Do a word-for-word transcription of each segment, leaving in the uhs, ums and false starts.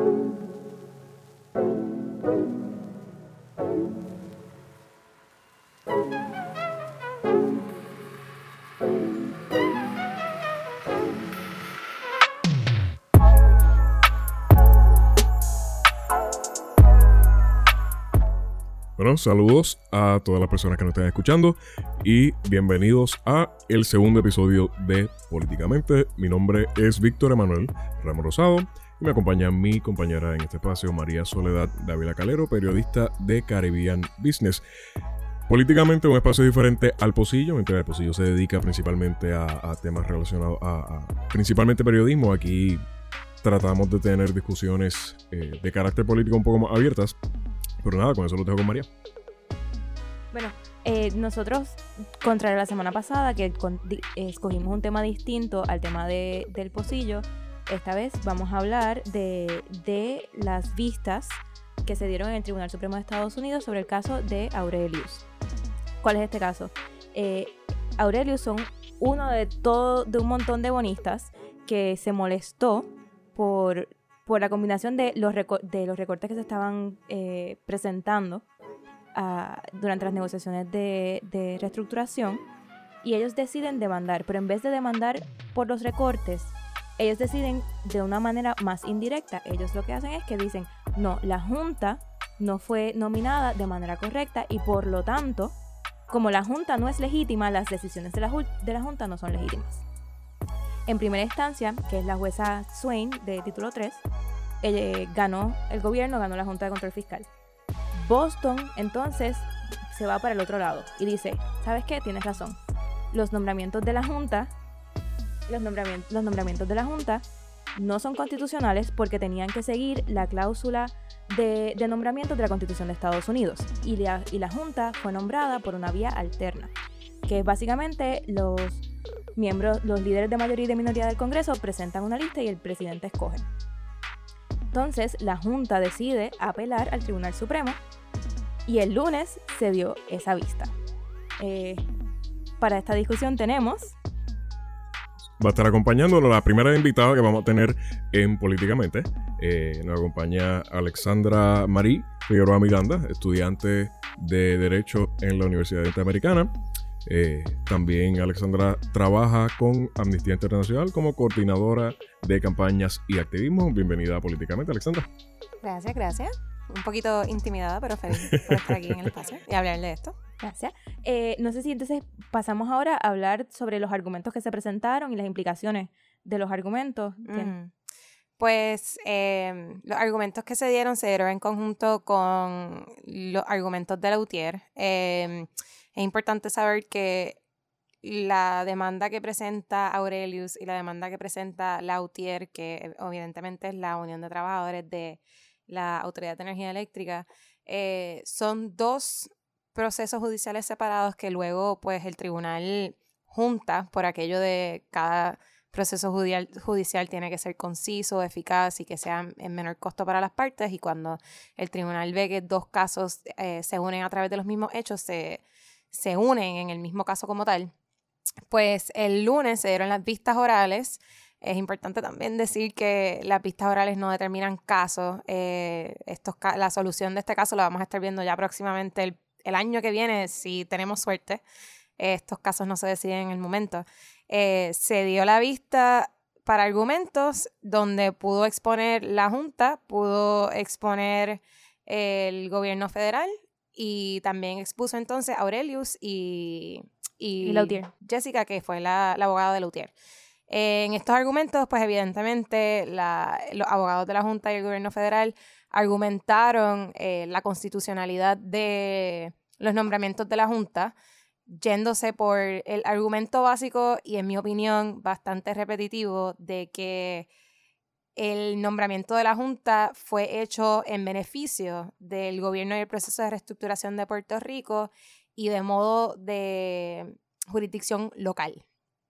Bueno, saludos a todas las personas que nos están escuchando y bienvenidos a el segundo episodio de Políticamente. Mi nombre es Víctor Emanuel Ramos Rosado y me acompaña mi compañera en este espacio, María Soledad Dávila Calero, periodista de Caribbean Business. Políticamente, un espacio diferente al Pocillo, mientras el Pocillo se dedica principalmente a, a temas relacionados a, a principalmente periodismo. Aquí tratamos de tener discusiones eh, de carácter político un poco más abiertas. Pero nada, con eso lo dejo con María. Bueno, eh, nosotros, contrario a la semana pasada, que con, di, escogimos un tema distinto al tema de, del Pocillo, esta vez vamos a hablar de, de las vistas que se dieron en el Tribunal Supremo de Estados Unidos sobre el caso de Aurelius. ¿Cuál es este caso? Eh, Aurelius son uno de, todo, de un montón de bonistas que se molestó por... por la combinación de los, reco- de los recortes que se estaban eh, presentando uh, durante las negociaciones de, de reestructuración, y ellos deciden demandar, pero en vez de demandar por los recortes, ellos deciden de una manera más indirecta. Ellos lo que hacen es que dicen, no, la Junta no fue nominada de manera correcta y por lo tanto, como la Junta no es legítima, las decisiones de la, ju- de la Junta no son legítimas. En primera instancia, que es la jueza Swain de título tres, eh, ganó el gobierno, ganó la Junta de Control Fiscal. Boston, entonces, se va para el otro lado y dice, ¿sabes qué? Tienes razón. Los nombramientos de la Junta, los nombramientos, los nombramientos de la Junta no son constitucionales porque tenían que seguir la cláusula de, de nombramientos de la Constitución de Estados Unidos. Y la, y la Junta fue nombrada por una vía alterna, que es básicamente los... miembros, los líderes de mayoría y de minoría del Congreso presentan una lista y el presidente escoge. Entonces, la Junta decide apelar al Tribunal Supremo y el lunes se dio esa vista. Eh, para esta discusión tenemos... Va a estar acompañándonos la primera invitada que vamos a tener en Políticamente. Eh, nos acompaña Alexandra Marí Figueroa Miranda, estudiante de Derecho en la Universidad Interamericana. Eh, también Alexandra trabaja con Amnistía Internacional como coordinadora de campañas y activismo. Bienvenida a Políticamente, Alexandra. Gracias, gracias. Un poquito intimidada, pero feliz por estar aquí en el espacio y hablar de esto. Gracias. Eh, no sé si entonces pasamos ahora a hablar sobre los argumentos que se presentaron y las implicaciones de los argumentos. Mm. Pues eh, los argumentos que se dieron se dieron en conjunto con los argumentos de Lautier. Eh, Es importante saber que la demanda que presenta Aurelius y la demanda que presenta Lautier, que evidentemente es la Unión de Trabajadores de la Autoridad de Energía Eléctrica, eh, son dos procesos judiciales separados que luego pues el tribunal junta por aquello de cada proceso judicial, judicial tiene que ser conciso, eficaz y que sea en menor costo para las partes, y cuando el tribunal ve que dos casos eh, se unen a través de los mismos hechos, se... se unen en el mismo caso como tal, pues el lunes se dieron las vistas orales. Es importante también decir que las vistas orales no determinan casos. Eh, estos, la solución de este caso la vamos a estar viendo ya próximamente el, el año que viene, si tenemos suerte. Eh, estos casos no se deciden en el momento. Eh, se dio la vista para argumentos donde pudo exponer la Junta, pudo exponer el gobierno federal, y también expuso entonces Aurelius y, y, y Lautier. Jessica, que fue la, la abogada de Lautier. Eh, en estos argumentos, pues evidentemente la, los abogados de la Junta y el gobierno federal argumentaron eh, la constitucionalidad de los nombramientos de la Junta, yéndose por el argumento básico y, en mi opinión, bastante repetitivo, de que el nombramiento de la Junta fue hecho en beneficio del gobierno y el proceso de reestructuración de Puerto Rico y de modo de jurisdicción local.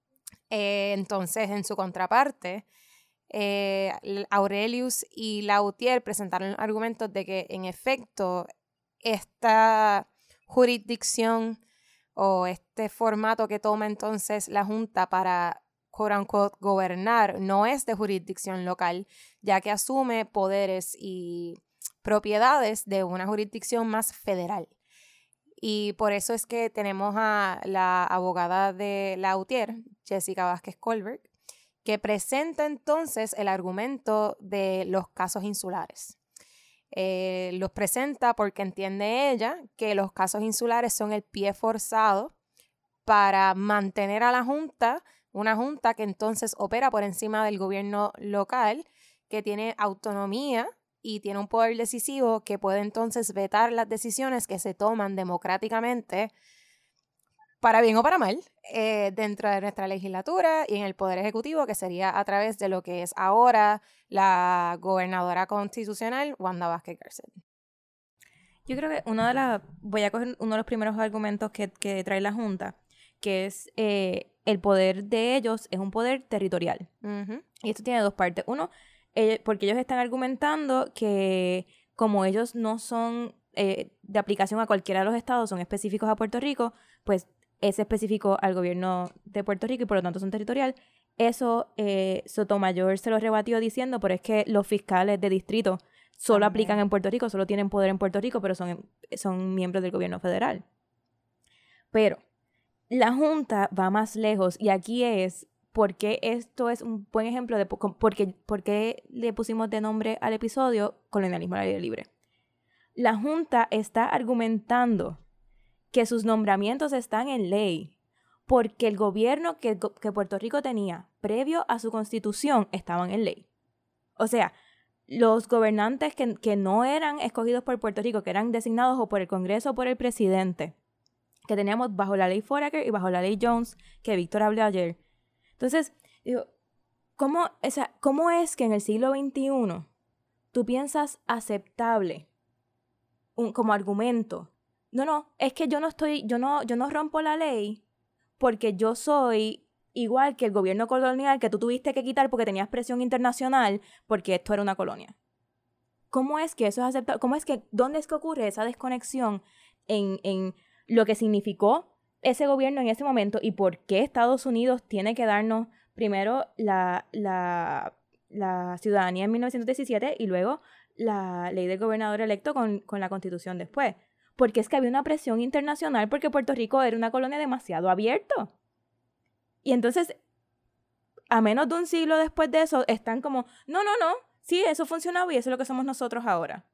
Eh, entonces, en su contraparte, eh, Aurelius y Lautier presentaron argumentos de que, en efecto, esta jurisdicción o este formato que toma entonces la Junta para quote unquote, gobernar, no es de jurisdicción local, ya que asume poderes y propiedades de una jurisdicción más federal. Y por eso es que tenemos a la abogada de Lautier, Jessica Vázquez Kohlberg, que presenta entonces el argumento de los casos insulares. Eh, los presenta porque entiende ella que los casos insulares son el pie forzado para mantener a la Junta, una Junta que entonces opera por encima del gobierno local, que tiene autonomía y tiene un poder decisivo que puede entonces vetar las decisiones que se toman democráticamente, para bien o para mal, eh, dentro de nuestra legislatura y en el Poder Ejecutivo, que sería a través de lo que es ahora la gobernadora constitucional, Wanda Vázquez Garcet. Yo creo que una de las, voy a coger uno de los primeros argumentos que, que trae la Junta, que es eh, el poder de ellos es un poder territorial. Uh-huh. Y esto tiene dos partes. Uno, eh, porque ellos están argumentando que como ellos no son eh, de aplicación a cualquiera de los estados, son específicos a Puerto Rico, pues es específico al gobierno de Puerto Rico y por lo tanto son territorial. Eso eh, Sotomayor se lo rebatió diciendo, pero es que los fiscales de distrito solo okay. aplican en Puerto Rico, solo tienen poder en Puerto Rico, pero son, son miembros del gobierno federal. Pero la Junta va más lejos y aquí es porque esto es un buen ejemplo de porque, porque le pusimos de nombre al episodio Colonialismo al aire libre. La Junta está argumentando que sus nombramientos están en ley porque el gobierno que, que Puerto Rico tenía previo a su constitución estaban en ley. O sea, los gobernantes que, que no eran escogidos por Puerto Rico, que eran designados o por el Congreso o por el presidente, que teníamos bajo la ley Foraker y bajo la ley Jones, que Víctor habló ayer. Entonces, digo, ¿cómo, o sea, ¿cómo es que en el siglo veintiuno tú piensas aceptable un, como argumento? No, no, es que yo no estoy, yo no, yo no rompo la ley porque yo soy igual que el gobierno colonial que tú tuviste que quitar porque tenías presión internacional porque esto era una colonia. ¿Cómo es que eso es aceptable? ¿Cómo es que, dónde es que ocurre esa desconexión en, en lo que significó ese gobierno en ese momento y por qué Estados Unidos tiene que darnos primero la, la, la ciudadanía en mil novecientos diecisiete y luego la ley del gobernador electo con, con la Constitución después? Porque es que había una presión internacional porque Puerto Rico era una colonia demasiado abierta. Y entonces, a menos de un siglo después de eso, están como, no, no, no, sí, eso funcionaba y eso es lo que somos nosotros ahora.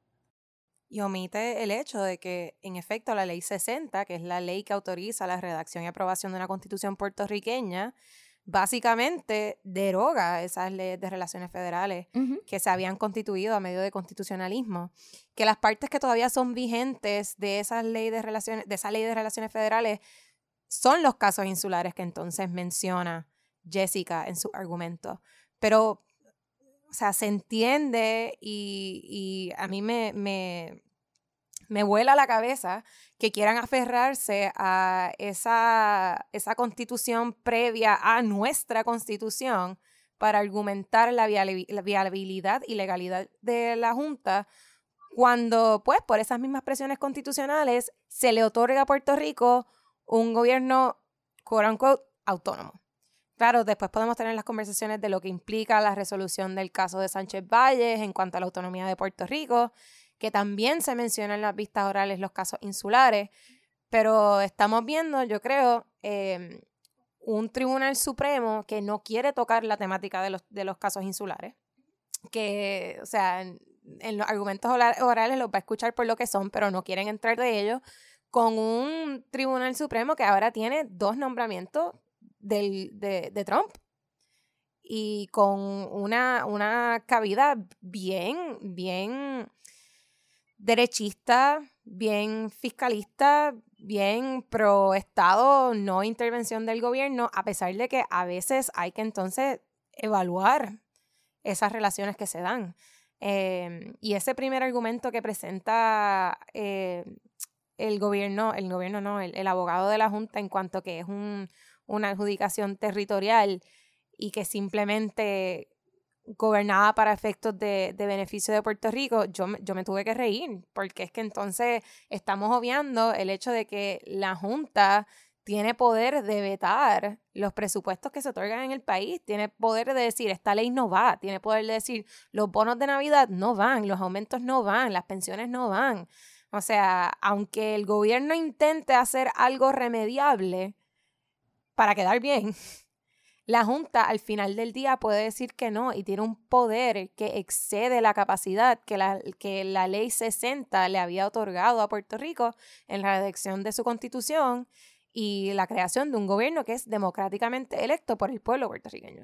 Y omite el hecho de que, en efecto, la ley sesenta, que es la ley que autoriza la redacción y aprobación de una constitución puertorriqueña, básicamente deroga esas leyes de relaciones federales uh-huh. que se habían constituido a medio de constitucionalismo. Que las partes que todavía son vigentes de esas leyes de relaciones, de esa ley de relaciones federales son los casos insulares que entonces menciona Jessica en su argumento. Pero, o sea, se entiende y, y a mí me, me, me vuela la cabeza que quieran aferrarse a esa, esa constitución previa a nuestra constitución para argumentar la, viabil- la viabilidad y legalidad de la Junta, cuando, pues, por esas mismas presiones constitucionales se le otorga a Puerto Rico un gobierno, quote unquote, autónomo. Claro, después podemos tener las conversaciones de lo que implica la resolución del caso de Sánchez Valles en cuanto a la autonomía de Puerto Rico, que también se menciona en las vistas orales los casos insulares, pero estamos viendo, yo creo, eh, un tribunal supremo que no quiere tocar la temática de los, de los casos insulares, que, o sea, en, en los argumentos orales los va a escuchar por lo que son, pero no quieren entrar de ellos, con un tribunal supremo que ahora tiene dos nombramientos del, de, de Trump y con una, una cabida bien, bien derechista, bien fiscalista, bien pro Estado, no intervención del gobierno, a pesar de que a veces hay que entonces evaluar esas relaciones que se dan. Eh, y ese primer argumento que presenta eh, el gobierno, el gobierno no, el, el abogado de la Junta en cuanto que es un, una adjudicación territorial y que simplemente gobernaba para efectos de, de beneficio de Puerto Rico, yo, yo me tuve que reír, porque es que entonces estamos obviando el hecho de que la Junta tiene poder de vetar los presupuestos que se otorgan en el país, tiene poder de decir, esta ley no va, tiene poder de decir, los bonos de Navidad no van, los aumentos no van, las pensiones no van. O sea, aunque el gobierno intente hacer algo remediable para quedar bien, la Junta al final del día puede decir que no y tiene un poder que excede la capacidad que la, que la ley sesenta le había otorgado a Puerto Rico en la redacción de su constitución y la creación de un gobierno que es democráticamente electo por el pueblo puertorriqueño.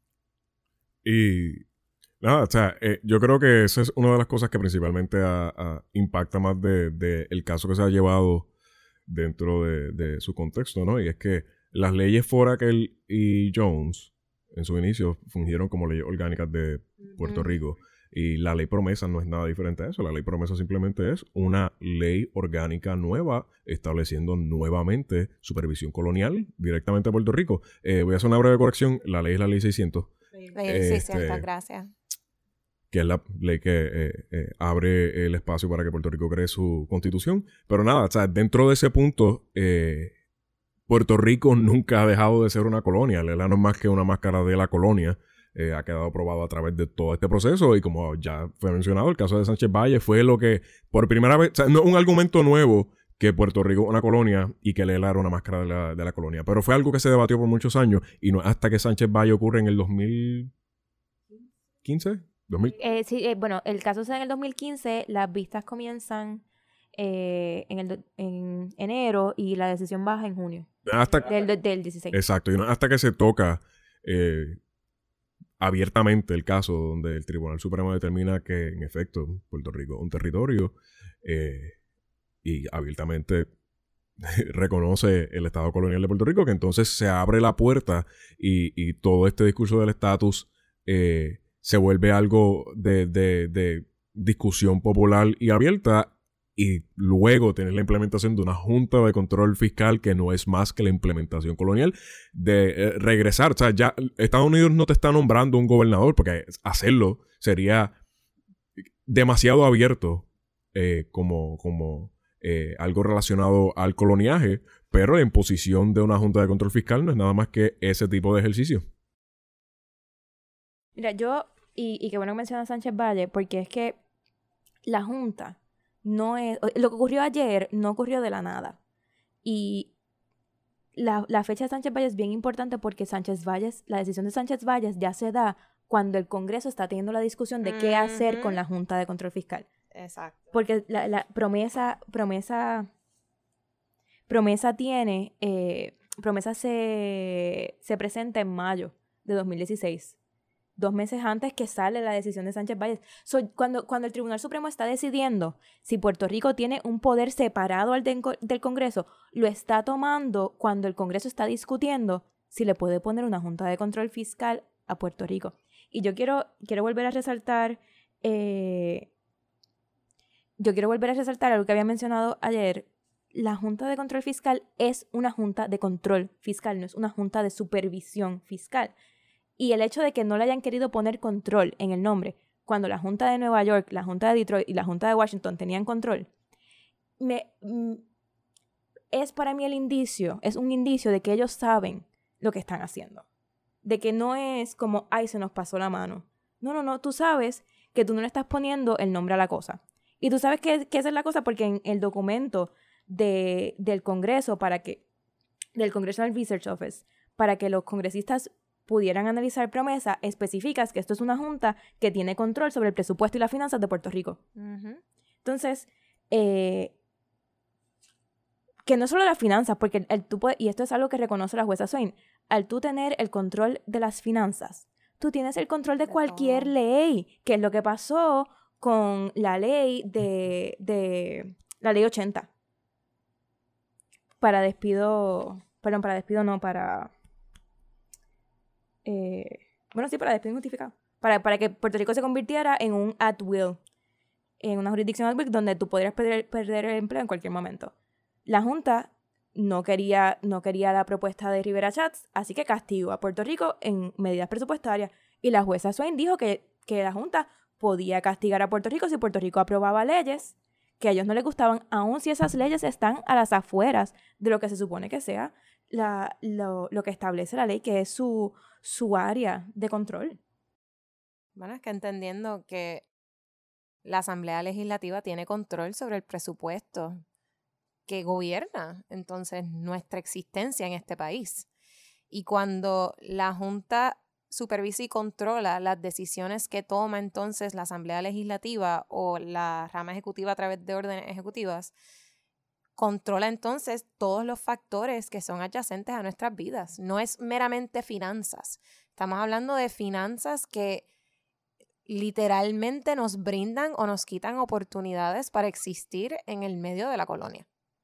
Y nada, o sea, eh, yo creo que esa es una de las cosas que principalmente a, a impacta más de, de el caso que se ha llevado dentro de, de su contexto, ¿no? Y es que las leyes Foraker y Jones, en su inicio, fungieron como leyes orgánicas de Puerto uh-huh. Rico. Y la ley promesa no es nada diferente a eso. La ley promesa simplemente es una ley orgánica nueva estableciendo nuevamente supervisión colonial directamente a Puerto Rico. Eh, voy a hacer una breve corrección. La ley es la ley seiscientos. Ley seiscientos, este, gracias. Que es la ley que eh, eh, abre el espacio para que Puerto Rico cree su constitución. Pero nada, o sea, dentro de ese punto, eh, Puerto Rico nunca ha dejado de ser una colonia. Lela no es más que una máscara de la colonia. Eh, ha quedado probado a través de todo este proceso y como ya fue mencionado, el caso de Sánchez Valle fue lo que por primera vez, o sea, no es un argumento nuevo que Puerto Rico es una colonia y que Lela era una máscara de la, de la colonia, pero fue algo que se debatió por muchos años y no hasta que Sánchez Valle ocurre en el dos mil quince. ¿dos mil? Eh, sí, eh, bueno, el caso se da en el dos mil quince, las vistas comienzan eh, en, el, en enero y la decisión baja en junio hasta, del, del dieciséis. Exacto, y no hasta que se toca eh, abiertamente el caso donde el Tribunal Supremo determina que, en efecto, Puerto Rico es un territorio eh, y abiertamente reconoce el Estado colonial de Puerto Rico, que entonces se abre la puerta y, y todo este discurso del estatus eh, se vuelve algo de, de, de discusión popular y abierta, y luego tener la implementación de una junta de control fiscal que no es más que la implementación colonial de eh, regresar. O sea, ya Estados Unidos no te está nombrando un gobernador porque hacerlo sería demasiado abierto eh, como, como eh, algo relacionado al coloniaje, pero la imposición de una junta de control fiscal no es nada más que ese tipo de ejercicio. Mira, yo, y, y qué bueno que mencionas Sánchez Valle, porque es que la junta no es, lo que ocurrió ayer no ocurrió de la nada. Y la, la fecha de Sánchez Valles es bien importante porque Sánchez Valles, la decisión de Sánchez Valles ya se da cuando el Congreso está teniendo la discusión de qué uh-huh. hacer con la Junta de Control Fiscal. Exacto. Porque la, la promesa, promesa, promesa tiene, eh, promesa se, se presenta en mayo de dos mil dieciséis. Dos meses antes que sale la decisión de Sánchez Valles. So, cuando, cuando el Tribunal Supremo está decidiendo si Puerto Rico tiene un poder separado al de, del Congreso, lo está tomando cuando el Congreso está discutiendo si le puede poner una Junta de Control Fiscal a Puerto Rico. Y yo quiero, quiero volver a resaltar, eh, yo quiero volver a resaltar algo que había mencionado ayer. La Junta de Control Fiscal es una Junta de Control Fiscal, no es una Junta de Supervisión Fiscal. Y el hecho de que no le hayan querido poner control en el nombre, cuando la Junta de Nueva York, la Junta de Detroit y la Junta de Washington tenían control, me, mm, es para mí el indicio, es un indicio de que ellos saben lo que están haciendo. De que no es como, ay, se nos pasó la mano. No, no, no, tú sabes que tú no le estás poniendo el nombre a la cosa. Y tú sabes que, que esa es la cosa porque en el documento de, del Congreso, para que, del Congressional Research Office, para que los congresistas pudieran analizar promesa, especificas que esto es una junta que tiene control sobre el presupuesto y las finanzas de Puerto Rico. Uh-huh. Entonces, eh, que no solo las finanzas, porque el, el, tú puedes, y esto es algo que reconoce la jueza Swain, al tú tener el control de las finanzas, tú tienes el control de cualquier ley, que es lo que pasó con la ley de, de la ley ochenta. Para despido, perdón, para despido no, para... Eh, bueno, sí, para despido injustificado. Para, para que Puerto Rico se convirtiera en un at will, en una jurisdicción at will donde tú podrías perder, perder el empleo en cualquier momento. La Junta no quería, no quería la propuesta de Rivera Schatz, así que castigó a Puerto Rico en medidas presupuestarias. Y la jueza Swain dijo que, que la Junta podía castigar a Puerto Rico si Puerto Rico aprobaba leyes que a ellos no les gustaban, aun si esas leyes están a las afueras de lo que se supone que sea la, lo, lo que establece la ley, que es su, su área de control. Bueno, es que entendiendo que la Asamblea Legislativa tiene control sobre el presupuesto que gobierna entonces nuestra existencia en este país. Y cuando la Junta supervisa y controla las decisiones que toma entonces la Asamblea Legislativa o la rama ejecutiva a través de órdenes ejecutivas, controla entonces todos los factores que son adyacentes a nuestras vidas. No es meramente finanzas. Estamos hablando de finanzas que literalmente nos brindan o nos quitan oportunidades para existir en el medio de la colonia.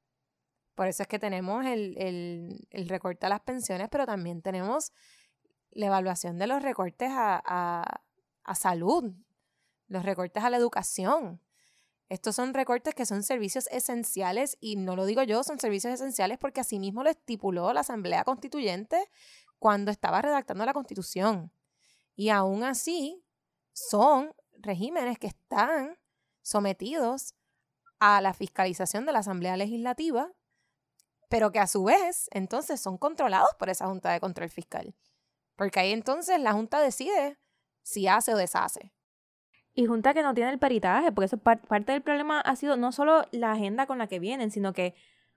Por eso es que tenemos el, el, el recorte a las pensiones, pero también tenemos la evaluación de los recortes a, a, a salud, los recortes a la educación. Estos son recortes que son servicios esenciales, y no lo digo yo, son servicios esenciales porque así mismo lo estipuló la Asamblea Constituyente cuando estaba redactando la Constitución. Y aún así son regímenes que están sometidos a la fiscalización de la Asamblea Legislativa, pero que a su vez entonces son controlados por esa Junta de Control Fiscal. Porque ahí entonces la Junta decide si hace o deshace. Y Junta que no tiene el peritaje, porque eso par- parte del problema ha sido no solo la agenda con la que vienen, sino que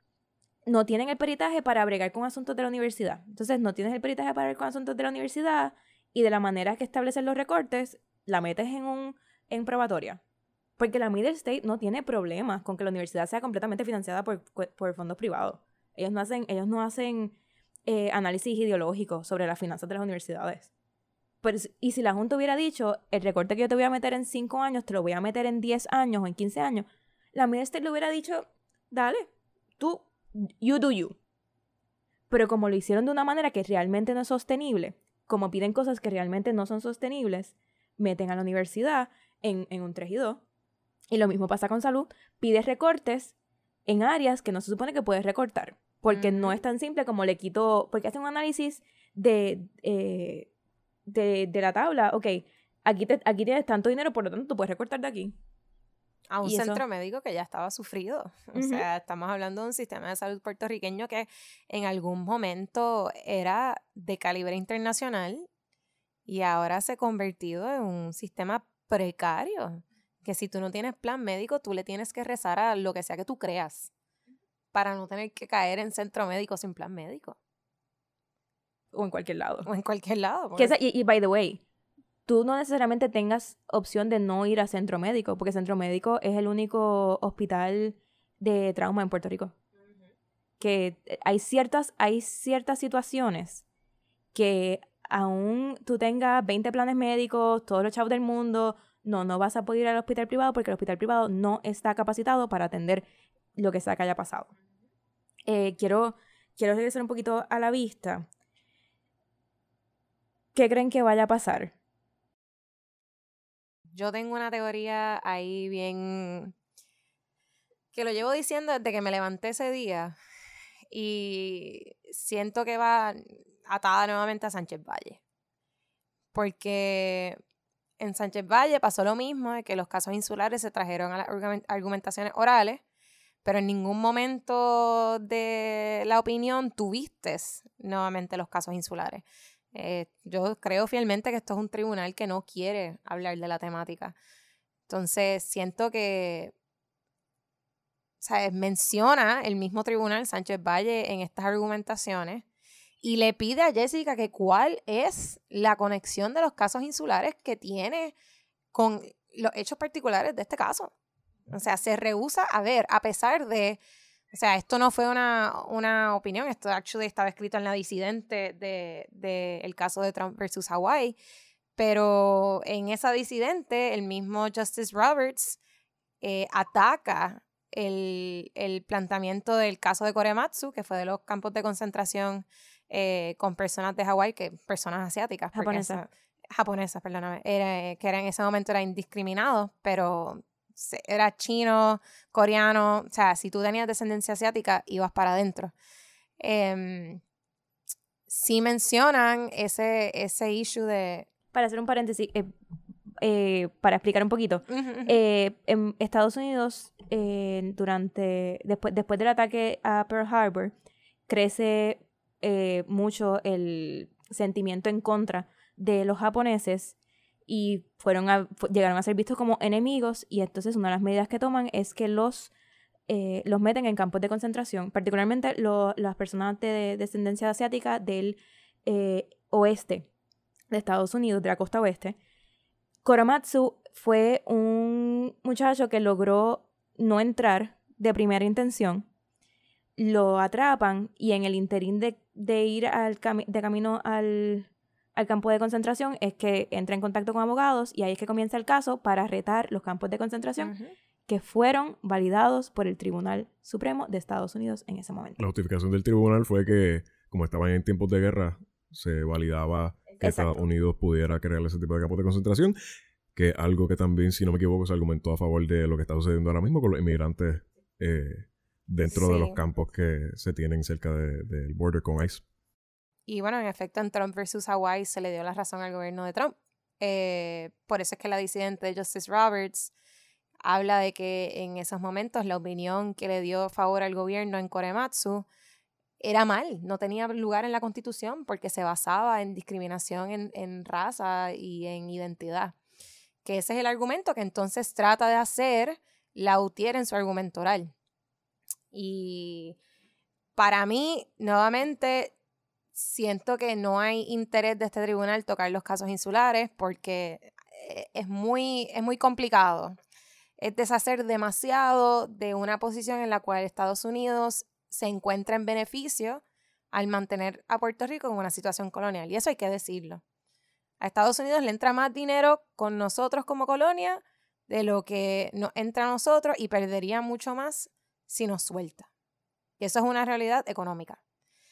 no tienen el peritaje para bregar con asuntos de la universidad. Entonces no tienes el peritaje para bregar con asuntos de la universidad, y de la manera que establecen los recortes, la metes en un en probatoria. Porque la Middle State no tiene problemas con que la universidad sea completamente financiada por, por fondos privados. Ellos no hacen, ellos no hacen eh, análisis ideológicos sobre las finanzas de las universidades. Pero, y si la Junta hubiera dicho, el recorte que yo te voy a meter en cinco años, te lo voy a meter en diez años o en quince años, la Middle State le hubiera dicho, dale, tú, you do you. Pero como lo hicieron de una manera que realmente no es sostenible, como piden cosas que realmente no son sostenibles, meten a la universidad en, en un tres y dos. Y lo mismo pasa con salud, pides recortes en áreas que no se supone que puedes recortar. Porque uh-huh. no es tan simple como le quito, porque hacen un análisis de, eh, de, de la tabla. Ok, aquí, te, aquí tienes tanto dinero, por lo tanto tú puedes recortar de aquí. A un y centro eso... médico que ya estaba sufrido. O uh-huh. sea, estamos hablando de un sistema de salud puertorriqueño que en algún momento era de calibre internacional y ahora se ha convertido en un sistema precario. Que si tú no tienes plan médico, tú le tienes que rezar a lo que sea que tú creas para no tener que caer en centro médico sin plan médico. O en cualquier lado. O en cualquier lado. Porque... Y, y, by the way, tú no necesariamente tengas opción de no ir a centro médico, porque centro médico es el único hospital de trauma en Puerto Rico. Uh-huh. Que hay ciertas, hay ciertas situaciones que aún tú tengas veinte planes médicos, todos los chavos del mundo... No, no vas a poder ir al hospital privado porque el hospital privado no está capacitado para atender lo que sea que haya pasado. Eh, quiero, quiero regresar un poquito a la vista. ¿Qué creen que vaya a pasar? Yo tengo una teoría ahí bien... que lo llevo diciendo desde que me levanté ese día y siento que va atada nuevamente a Sánchez Valle. Porque... en Sánchez Valle pasó lo mismo, de que los casos insulares se trajeron a las argumentaciones orales, pero en ningún momento de la opinión tuviste nuevamente los casos insulares. Eh, yo creo fielmente que esto es un tribunal que no quiere hablar de la temática. Entonces, siento que, ¿sabes? Menciona el mismo tribunal, Sánchez Valle, en estas argumentaciones, y le pide a Jessica que cuál es la conexión de los casos insulares que tiene con los hechos particulares de este caso. O sea, se rehúsa a ver, a pesar de... O sea, esto no fue una, una opinión, esto actually estaba escrito en la disidente de, de el caso de Trump versus Hawaii, pero en esa disidente, el mismo Justice Roberts eh, ataca el, el planteamiento del caso de Korematsu, que fue de los campos de concentración Eh, con personas de Hawái, que personas asiáticas. Japonesas. Japonesas, perdóname. Era, que era, en ese momento era indiscriminado, pero era chino, coreano. O sea, si tú tenías descendencia asiática, ibas para adentro. Eh, sí mencionan ese, ese issue de... Para hacer un paréntesis, eh, eh, para explicar un poquito, Uh-huh, uh-huh. eh, en Estados Unidos, eh, durante después, después del ataque a Pearl Harbor, crece eh, mucho el sentimiento en contra de los japoneses y fueron a, fu- llegaron a ser vistos como enemigos, y entonces una de las medidas que toman es que los, eh, los meten en campos de concentración, particularmente lo- las personas de descendencia asiática del eh, oeste de Estados Unidos, de la costa oeste. Korematsu fue un muchacho que logró no entrar de primera intención. Lo atrapan y en el interín de, de ir al cami- de camino al, al campo de concentración es que entra en contacto con abogados, y ahí es que comienza el caso para retar los campos de concentración Uh-huh. que fueron validados por el Tribunal Supremo de Estados Unidos en ese momento. La justificación del tribunal fue que, como estaban en tiempos de guerra, se validaba que Exacto. Estados Unidos pudiera crear ese tipo de campos de concentración, que algo que también, si no me equivoco, se argumentó a favor de lo que está sucediendo ahora mismo con los inmigrantes eh, dentro Sí. de los campos que se tienen cerca de- del border con ICE. Y bueno, en efecto, en Trump versus Hawaii se le dio la razón al gobierno de Trump. Eh, por eso es que la disidente Justice Roberts habla de que en esos momentos la opinión que le dio favor al gobierno en Korematsu era mal, no tenía lugar en la Constitución porque se basaba en discriminación en, en raza y en identidad. Que ese es el argumento que entonces trata de hacer Lautier en su argumento oral. Y para mí, nuevamente, siento que no hay interés de este tribunal tocar los casos insulares porque eh, es muy, es muy complicado. Es deshacer demasiado de una posición en la cual Estados Unidos se encuentra en beneficio al mantener a Puerto Rico en una situación colonial. Y eso hay que decirlo. A Estados Unidos le entra más dinero con nosotros como colonia de lo que nos entra a nosotros, y perdería mucho más si nos suelta. Y eso es una realidad económica.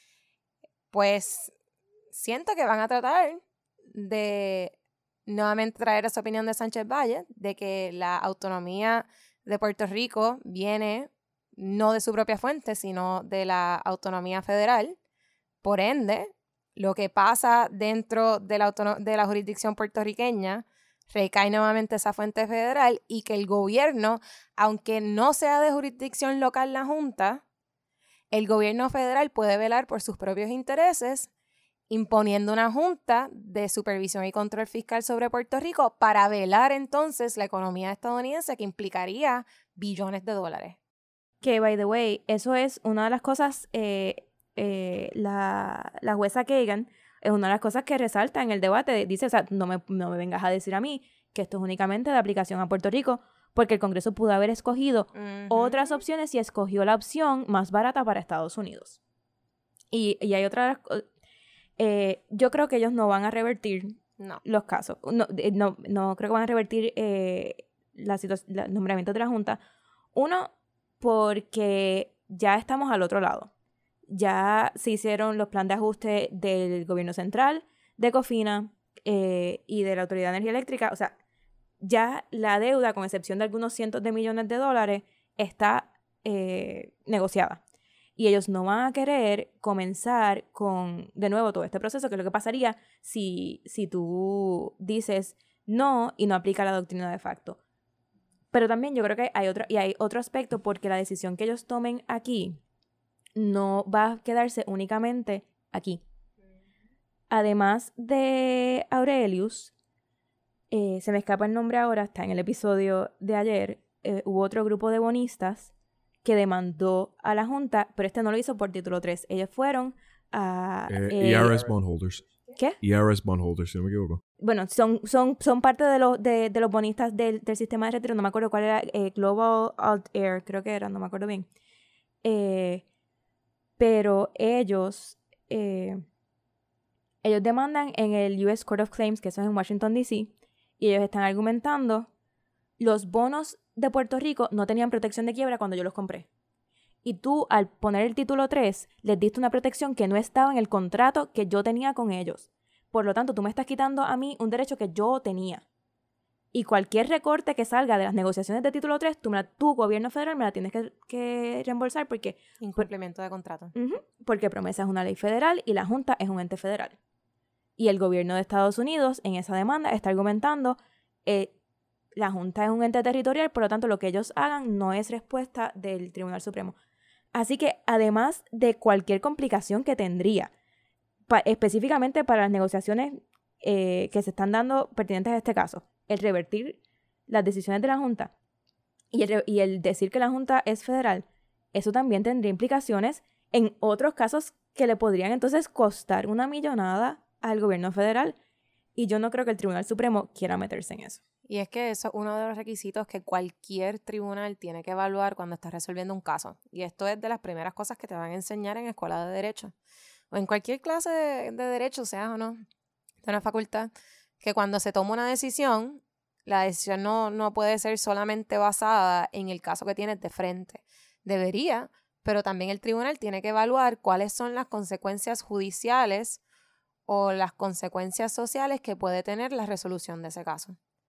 Pues siento que van a tratar de nuevamente traer esa opinión de Sánchez Valle, de que la autonomía de Puerto Rico viene no de su propia fuente, sino de la autonomía federal. Por ende, lo que pasa dentro de la, autono- de la jurisdicción puertorriqueña recae nuevamente esa fuente federal, y que el gobierno, aunque no sea de jurisdicción local la Junta, el gobierno federal puede velar por sus propios intereses imponiendo una junta de supervisión y control fiscal sobre Puerto Rico para velar entonces la economía estadounidense, que implicaría billones de dólares. Que, by the way, eso es una de las cosas, eh, eh, la, la jueza Kagan es una de las cosas que resalta en el debate. Dice, o sea, no me, no me vengas a decir a mí que esto es únicamente de aplicación a Puerto Rico, porque el Congreso pudo haber escogido Uh-huh. otras opciones y escogió la opción más barata para Estados Unidos. Y, y hay otras... Eh, yo creo que ellos no van a revertir No. los casos. No, eh, no, no creo que van a revertir eh, la situa- la- el nombramiento de la Junta. Uno, porque ya estamos al otro lado. Ya se hicieron los planes de ajuste del gobierno central, de COFINA eh, y de la Autoridad de Energía Eléctrica. O sea, ya la deuda, con excepción de algunos cientos de millones de dólares, está eh, negociada. Y ellos no van a querer comenzar con, de nuevo, todo este proceso, que es lo que pasaría si, si tú dices no y no aplica la doctrina de facto. Pero también yo creo que hay otro, y hay otro aspecto, porque la decisión que ellos tomen aquí no va a quedarse únicamente aquí. Además de Aurelius, eh, se me escapa el nombre ahora, está en el episodio de ayer, eh, hubo otro grupo de bonistas que demandó a la Junta, pero este no lo hizo por título tres. Ellos fueron a... Eh, eh, E R S bondholders. ¿Qué? E R S bondholders, si no me equivoco. Bueno, son, son, son parte de, los de, de los bonistas del, del sistema de retiro. No me acuerdo cuál era. eh, Global Alt Air, creo que era, no me acuerdo bien. Eh, pero ellos... eh, ellos demandan en el U S Court of Claims, que eso es en Washington, D C, y ellos están argumentando los bonos de Puerto Rico no tenían protección de quiebra cuando yo los compré. Y tú, al poner el título tres, les diste una protección que no estaba en el contrato que yo tenía con ellos. Por lo tanto, tú me estás quitando a mí un derecho que yo tenía. Y cualquier recorte que salga de las negociaciones de título tres, tú, me la, tu gobierno federal, me la tienes que, que reembolsar porque... Incumplimiento de contrato. Uh-huh, porque promesa es una ley federal y la Junta es un ente federal. Y el gobierno de Estados Unidos, en esa demanda, está argumentando... eh, la Junta es un ente territorial, por lo tanto lo que ellos hagan no es respuesta del Tribunal Supremo. Así que además de cualquier complicación que tendría, pa- específicamente para las negociaciones eh, que se están dando pertinentes a este caso, el revertir las decisiones de la Junta y el, re- y el decir que la Junta es federal, eso también tendría implicaciones en otros casos que le podrían entonces costar una millonada al gobierno federal. Y yo no creo que el Tribunal Supremo quiera meterse en eso. Y es que eso es uno de los requisitos que cualquier tribunal tiene que evaluar cuando está resolviendo un caso. Y esto es de las primeras cosas que te van a enseñar en escuela de derecho. O en cualquier clase de, de derecho, sea o no, de una facultad, que cuando se toma una decisión, la decisión no, no puede ser solamente basada en el caso que tienes de frente. Debería, pero también el tribunal tiene que evaluar cuáles son las consecuencias judiciales o las consecuencias sociales que puede tener la resolución de ese caso.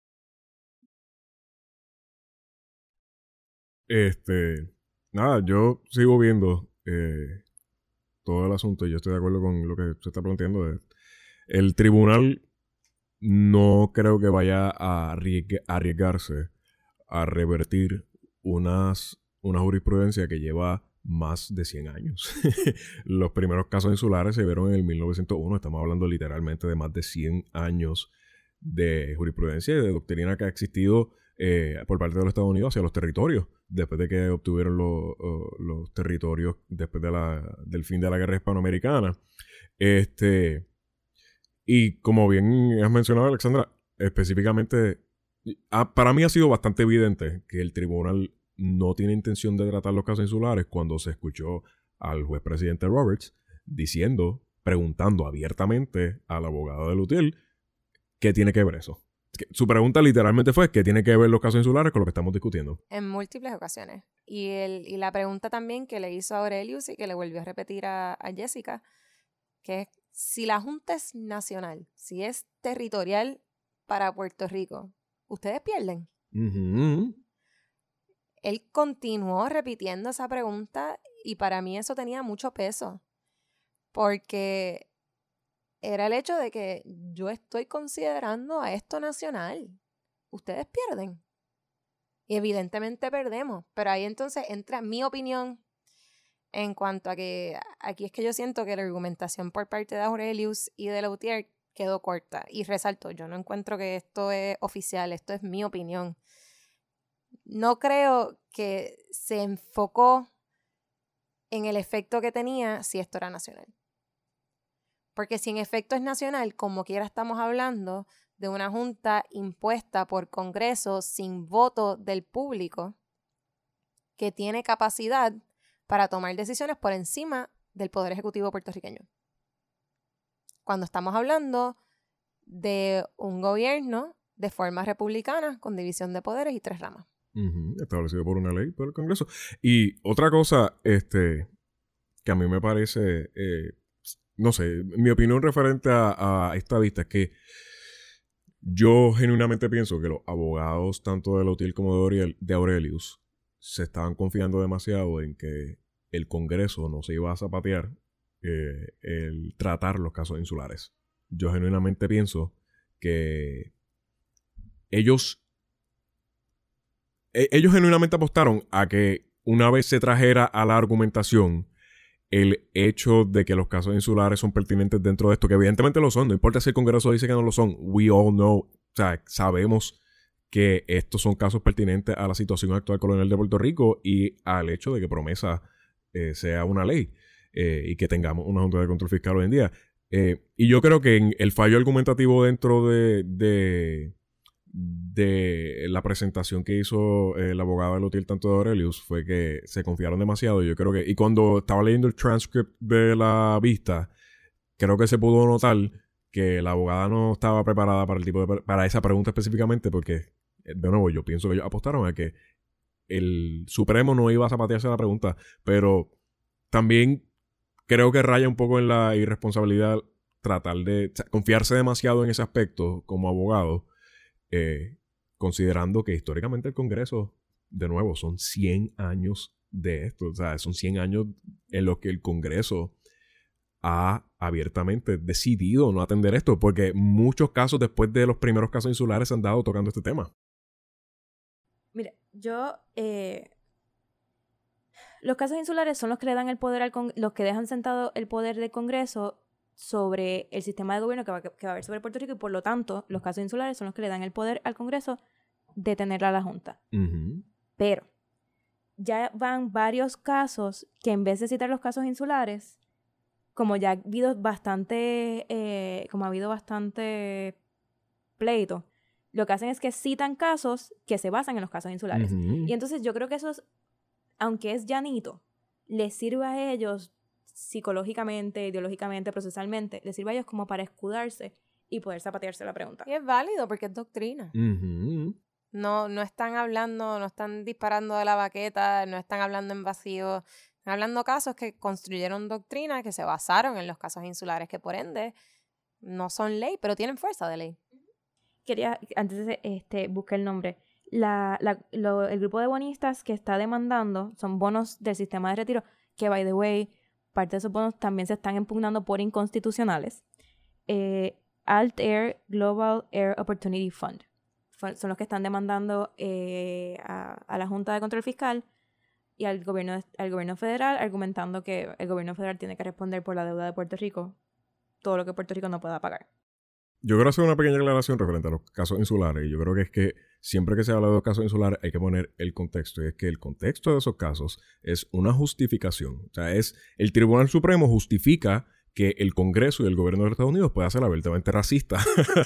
Este, nada, yo sigo viendo eh, todo el asunto y yo estoy de acuerdo con lo que se está planteando. De, el tribunal no creo que vaya a arriesg- arriesgarse a revertir unas, una jurisprudencia que lleva más de cien años. Los primeros casos insulares se vieron en el mil novecientos uno. Estamos hablando literalmente de más de cien años de jurisprudencia y de doctrina que ha existido eh, por parte de los Estados Unidos hacia los territorios, después de que obtuvieron los, uh, los territorios después de la, del fin de la guerra hispanoamericana. Este, y como bien has mencionado, Alexandra, específicamente, a, para mí ha sido bastante evidente que el tribunal no tiene intención de tratar los casos insulares cuando se escuchó al juez presidente Roberts diciendo, preguntando abiertamente al abogado de Lutiel qué tiene que ver eso. Su pregunta literalmente fue ¿qué tiene que ver los casos insulares con lo que estamos discutiendo? En múltiples ocasiones. Y, el, y la pregunta también que le hizo a Aurelius y que le volvió a repetir a, a Jessica, que es si la Junta es nacional, si es territorial para Puerto Rico, ¿ustedes pierden? Uh-huh. Él continuó repitiendo esa pregunta y para mí eso tenía mucho peso, porque era el hecho de que yo estoy considerando a esto nacional. Ustedes pierden. Y evidentemente perdemos, pero ahí entonces entra mi opinión en cuanto a que aquí es que yo siento que la argumentación por parte de Aurelius y de Lautier quedó corta. Y resalto, yo no encuentro que esto es oficial, esto es mi opinión. No creo que se enfocó en el efecto que tenía si esto era nacional. Porque si en efecto es nacional, como quiera estamos hablando de una junta impuesta por Congreso sin voto del público que tiene capacidad para tomar decisiones por encima del Poder Ejecutivo puertorriqueño. Cuando estamos hablando de un gobierno de forma republicana con división de poderes y tres ramas. Uh-huh. Establecido por una ley por el Congreso. Y otra cosa este, que a mí me parece, eh, no sé, mi opinión referente a, a esta vista es que yo genuinamente pienso que los abogados, tanto de Lautier como de, Aurel, de Aurelius, se estaban confiando demasiado en que el Congreso no se iba a zapatear eh, el tratar los casos insulares. Yo genuinamente pienso que ellos eh, ellos genuinamente apostaron a que una vez se trajera a la argumentación el hecho de que los casos insulares son pertinentes dentro de esto, que evidentemente lo son, no importa si el Congreso dice que no lo son, we all know, o sea, sabemos que estos son casos pertinentes a la situación actual colonial de Puerto Rico y al hecho de que Promesa eh, sea una ley eh, y que tengamos una Junta de Control Fiscal hoy en día. Eh, y yo creo que en el fallo argumentativo dentro de, de, de la presentación que hizo el abogado de Lautier, tanto de Aurelius, fue que se confiaron demasiado. Yo creo que, y cuando estaba leyendo el transcript de la vista, creo que se pudo notar que la abogada no estaba preparada para el tipo de para esa pregunta específicamente, porque de nuevo yo pienso que ellos apostaron a que el Supremo no iba a zapatearse la pregunta, pero también creo que raya un poco en la irresponsabilidad tratar de o sea, confiarse demasiado en ese aspecto como abogado, eh, considerando que históricamente el Congreso, de nuevo, son cien años de esto, o sea, son cien años en los que el Congreso ha abiertamente decidido no atender esto, porque muchos casos después de los primeros casos insulares se han dado tocando este tema. Mira, yo... Eh, los casos insulares son los que le dan el poder al con- los que dejan sentado el poder del Congreso sobre el sistema de gobierno que va, que va a haber sobre Puerto Rico, y por lo tanto, los casos insulares son los que le dan el poder al Congreso de tener a la Junta. Uh-huh. Pero ya van varios casos que en vez de citar los casos insulares, como ya ha habido bastante, eh, como ha habido bastante pleito, lo que hacen es que citan casos que se basan en los casos insulares. Uh-huh. Y entonces yo creo que eso es, aunque es llanito, les sirve a ellos psicológicamente, ideológicamente, procesalmente, les sirve a ellos como para escudarse y poder zapatearse la pregunta. Y es válido porque es doctrina. Uh-huh. No, no están hablando, no están disparando de la baqueta, no están hablando en vacío. Están hablando casos que construyeron doctrina, que se basaron en los casos insulares, que por ende no son ley, pero tienen fuerza de ley. Quería, antes de este, busqué el nombre. La, la, lo, el grupo de bonistas que está demandando son bonos del sistema de retiro, que, by the way, parte de esos bonos también se están impugnando por inconstitucionales. Eh, Altair Global Air Opportunity Fund. Son los que están demandando eh, a, a la Junta de Control Fiscal y al gobierno, al gobierno federal, argumentando que el gobierno federal tiene que responder por la deuda de Puerto Rico, todo lo que Puerto Rico no pueda pagar. Yo quiero hacer una pequeña aclaración referente a los casos insulares, y yo creo que es que siempre que se habla de los casos insulares hay que poner el contexto, y es que el contexto de esos casos es una justificación. O sea, es el Tribunal Supremo justifica que el Congreso y el gobierno de los Estados Unidos pueda ser abiertamente racista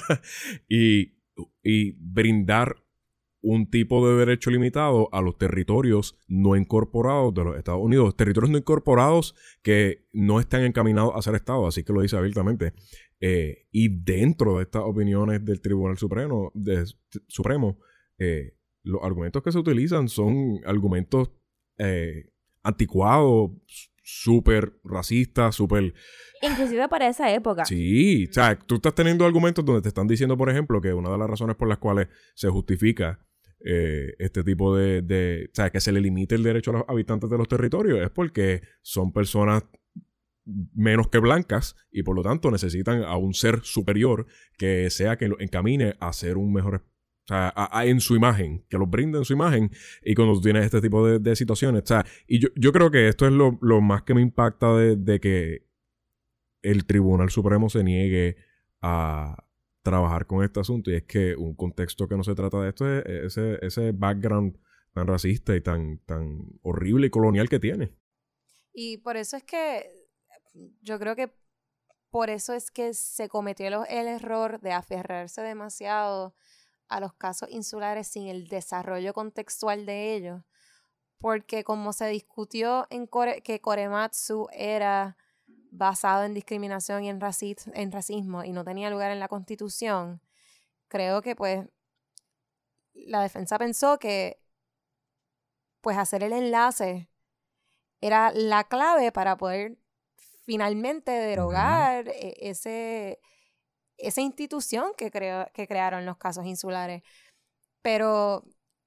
y, y brindar un tipo de derecho limitado a los territorios no incorporados de los Estados Unidos, territorios no incorporados que no están encaminados a ser Estado, así que lo dice abiertamente. Eh, y dentro de estas opiniones del Tribunal Supremo, de, Supremo eh, los argumentos que se utilizan son argumentos eh, anticuados, súper racistas, súper... Inclusive para esa época. Sí, o sea, tú estás teniendo argumentos donde te están diciendo, por ejemplo, que una de las razones por las cuales se justifica eh, este tipo de, de... O sea, que se le limite el derecho a los habitantes de los territorios es porque son personas menos que blancas y por lo tanto necesitan a un ser superior que sea que los encamine a ser un mejor, o sea, a, a, en su imagen, que los brinde en su imagen. Y cuando tú tienes este tipo de, de situaciones, o sea, y yo, yo creo que esto es lo, lo más que me impacta de, de que el Tribunal Supremo se niegue a trabajar con este asunto, y es que un contexto que no se trata de esto es ese, ese background tan racista y tan, tan horrible y colonial que tiene. Y por eso es que yo creo que por eso es que se cometió el, el error de aferrarse demasiado a los casos insulares sin el desarrollo contextual de ellos, porque como se discutió en Kore, que Korematsu era basado en discriminación y en, raci- en racismo y no tenía lugar en la Constitución, creo que pues la defensa pensó que pues hacer el enlace era la clave para poder finalmente derogar uh-huh. ese, esa institución que, creó, que crearon los casos insulares. Pero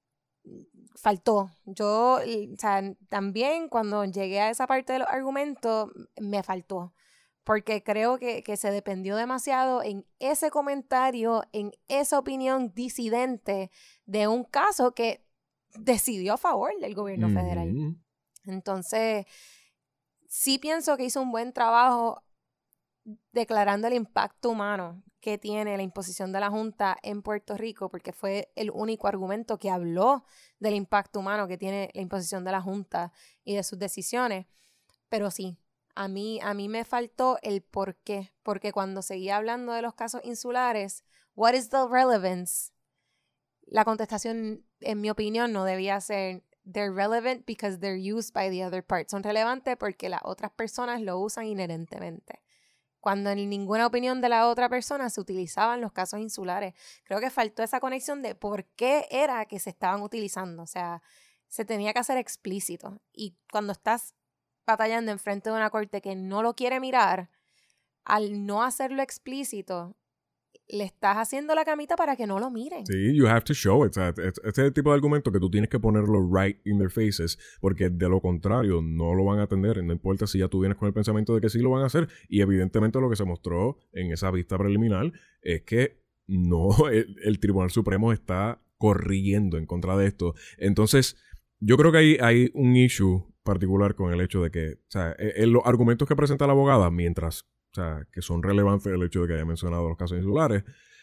faltó. Yo, o sea, también cuando llegué a esa parte de los argumentos, me faltó. Porque creo que, que se dependió demasiado en ese comentario, en esa opinión disidente de un caso que decidió a favor del gobierno uh-huh. federal. Entonces, sí pienso que hizo un buen trabajo declarando el impacto humano que tiene la imposición de la Junta en Puerto Rico, porque fue el único argumento que habló del impacto humano que tiene la imposición de la Junta y de sus decisiones. Pero sí, a mí, a mí me faltó el por qué, porque cuando seguía hablando de los casos insulares, what is the relevance? La contestación, en mi opinión, no debía ser they're relevant because they're used by the other part. Son relevantes porque las otras personas lo usan inherentemente. Cuando en ninguna opinión de la otra persona se utilizaban los casos insulares. Creo que faltó esa conexión de por qué era que se estaban utilizando. O sea, se tenía que hacer explícito. Y cuando estás batallando enfrente de una corte que no lo quiere mirar, al no hacerlo explícito, le estás haciendo la camita para que no lo miren. Sí, you have to show it. Este es el tipo de argumento que tú tienes que ponerlo right in their faces, porque de lo contrario no lo van a atender, no importa si ya tú vienes con el pensamiento de que sí lo van a hacer, y evidentemente lo que se mostró en esa vista preliminar es que no, el, el Tribunal Supremo está corriendo en contra de esto. Entonces, yo creo que hay, hay un issue particular con el hecho de que, o sea, en los argumentos que presenta la abogada, mientras, o sea, que son relevantes el hecho de que haya mencionado los casos insulares,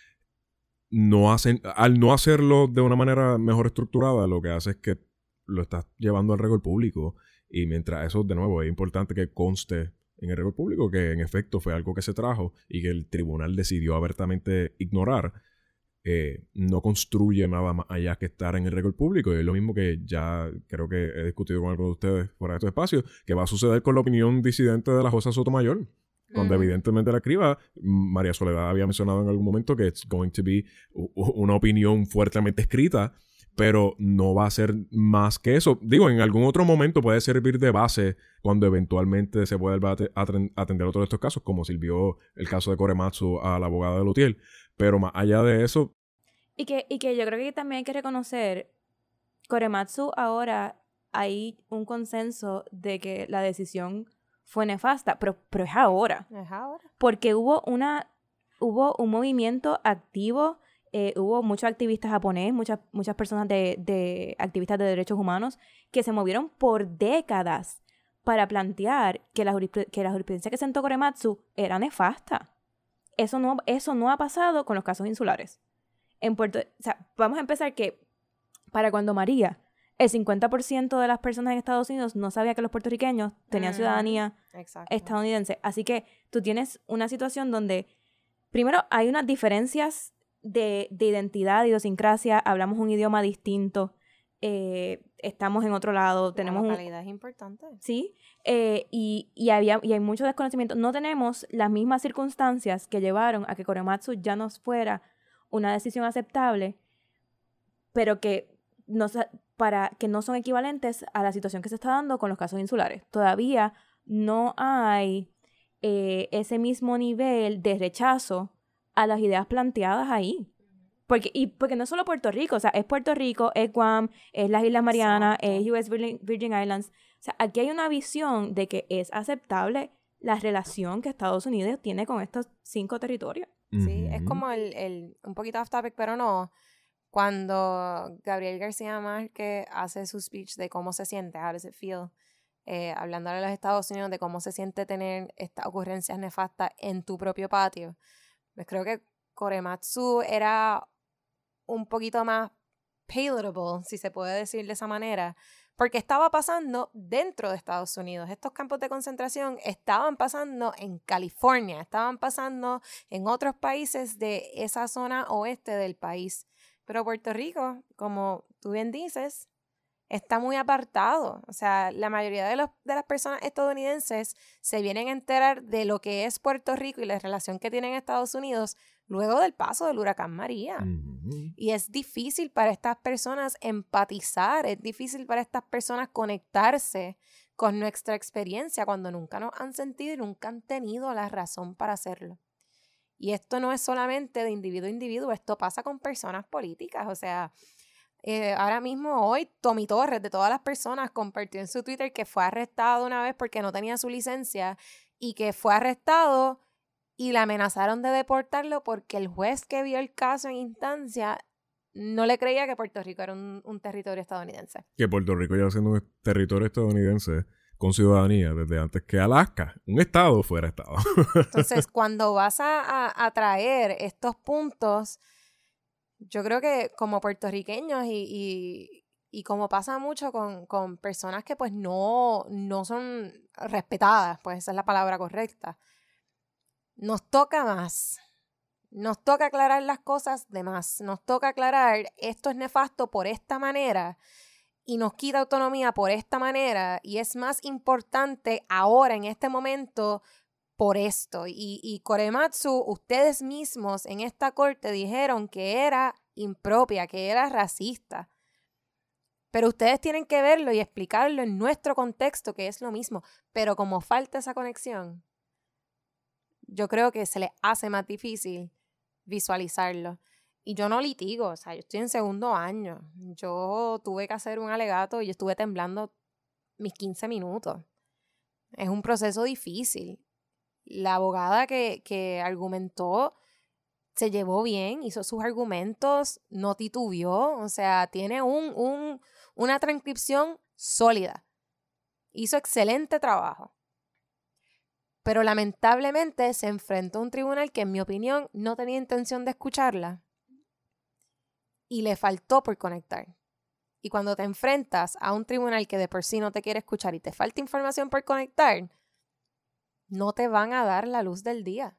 no hacen, al no hacerlo de una manera mejor estructurada, lo que hace es que lo estás llevando al récord público, y mientras eso, de nuevo, es importante que conste en el récord público que en efecto fue algo que se trajo y que el tribunal decidió abiertamente ignorar. Eh, no construye nada más allá que estar en el récord público, y es lo mismo que ya creo que he discutido con algunos de ustedes fuera de estos espacios, que va a suceder con la opinión disidente de la jueza Sotomayor, donde uh-huh. evidentemente la escriba, María Soledad había mencionado en algún momento que it's going to be una opinión fuertemente escrita, pero no va a ser más que eso. Digo, en algún otro momento puede servir de base cuando eventualmente se vuelva a atender otro de estos casos, como sirvió el caso de Korematsu a la abogada de Lutiel. Pero más allá de eso... Y que, y que yo creo que también hay que reconocer, Korematsu ahora hay un consenso de que la decisión fue nefasta, pero, pero es ahora. Es ahora. Porque hubo una hubo un movimiento activo, eh, hubo muchos activistas japoneses, muchas, muchas personas de, de activistas de derechos humanos que se movieron por décadas para plantear que la, jurisp- que la jurisprudencia que sentó Korematsu era nefasta. Eso no, eso no ha pasado con los casos insulares. En Puerto, o sea, vamos a empezar que para cuando María, el cincuenta por ciento de las personas en Estados Unidos no sabía que los puertorriqueños tenían mm, ciudadanía exacto. estadounidense. Así que tú tienes una situación donde, primero, hay unas diferencias de, de identidad, de idiosincrasia, hablamos un idioma distinto, eh, estamos en otro lado, tenemos la localidad un... es importante. Sí, eh, y, y, había, y hay mucho desconocimiento. No tenemos las mismas circunstancias que llevaron a que Korematsu ya no fuera una decisión aceptable, pero que no, para, que no son equivalentes a la situación que se está dando con los casos insulares. Todavía no hay eh, ese mismo nivel de rechazo a las ideas planteadas ahí. Porque, y porque no es solo Puerto Rico, o sea, es Puerto Rico, es Guam, es las Islas Marianas, exacto. es U S Virgin, Virgin Islands. O sea, aquí hay una visión de que es aceptable la relación que Estados Unidos tiene con estos cinco territorios. Sí, uh-huh. es como el, el, un poquito off topic, pero no, cuando Gabriel García Márquez hace su speech de cómo se siente, how does it feel, eh, hablando de los Estados Unidos, de cómo se siente tener estas ocurrencias nefastas en tu propio patio, pues creo que Korematsu era un poquito más palatable, si se puede decir de esa manera, porque estaba pasando dentro de Estados Unidos. Estos campos de concentración estaban pasando en California, estaban pasando en otros países de esa zona oeste del país. Pero Puerto Rico, como tú bien dices, está muy apartado. O sea, la mayoría de, los, de las personas estadounidenses se vienen a enterar de lo que es Puerto Rico y la relación que tienen Estados Unidos luego del paso del huracán María. Uh-huh. Y es difícil para estas personas empatizar, es difícil para estas personas conectarse con nuestra experiencia cuando nunca nos han sentido y nunca han tenido la razón para hacerlo. Y esto no es solamente de individuo a individuo, esto pasa con personas políticas. O sea, eh, ahora mismo hoy Tommy Torres, de todas las personas, compartió en su Twitter que fue arrestado una vez porque no tenía su licencia y que fue arrestado y le amenazaron de deportarlo porque el juez que vio el caso en instancia no le creía que Puerto Rico era un, un territorio estadounidense. Que Puerto Rico ya siendo un territorio estadounidense con ciudadanía desde antes que Alaska, un estado fuera estado. Entonces, cuando vas a, a, a traer estos puntos, yo creo que como puertorriqueños y, y, y como pasa mucho con, con personas que pues no, no son respetadas, pues esa es la palabra correcta, nos toca más, nos toca aclarar las cosas de más, nos toca aclarar esto es nefasto por esta manera y nos quita autonomía por esta manera y es más importante ahora en este momento por esto. Y, y Korematsu, ustedes mismos en esta corte dijeron que era impropia, que era racista. Pero ustedes tienen que verlo y explicarlo en nuestro contexto, que es lo mismo. Pero como falta esa conexión, yo creo que se les hace más difícil visualizarlo. Y yo no litigo, o sea, yo estoy en segundo año. Yo tuve que hacer un alegato y yo estuve temblando mis quince minutos. Es un proceso difícil. La abogada que, que argumentó se llevó bien, hizo sus argumentos, no titubeó, o sea, tiene un, un, una transcripción sólida. Hizo excelente trabajo. Pero lamentablemente se enfrentó a un tribunal que, en mi opinión, no tenía intención de escucharla. Y le faltó por conectar. Y cuando te enfrentas a un tribunal que de por sí no te quiere escuchar y te falta información por conectar, no te van a dar la luz del día.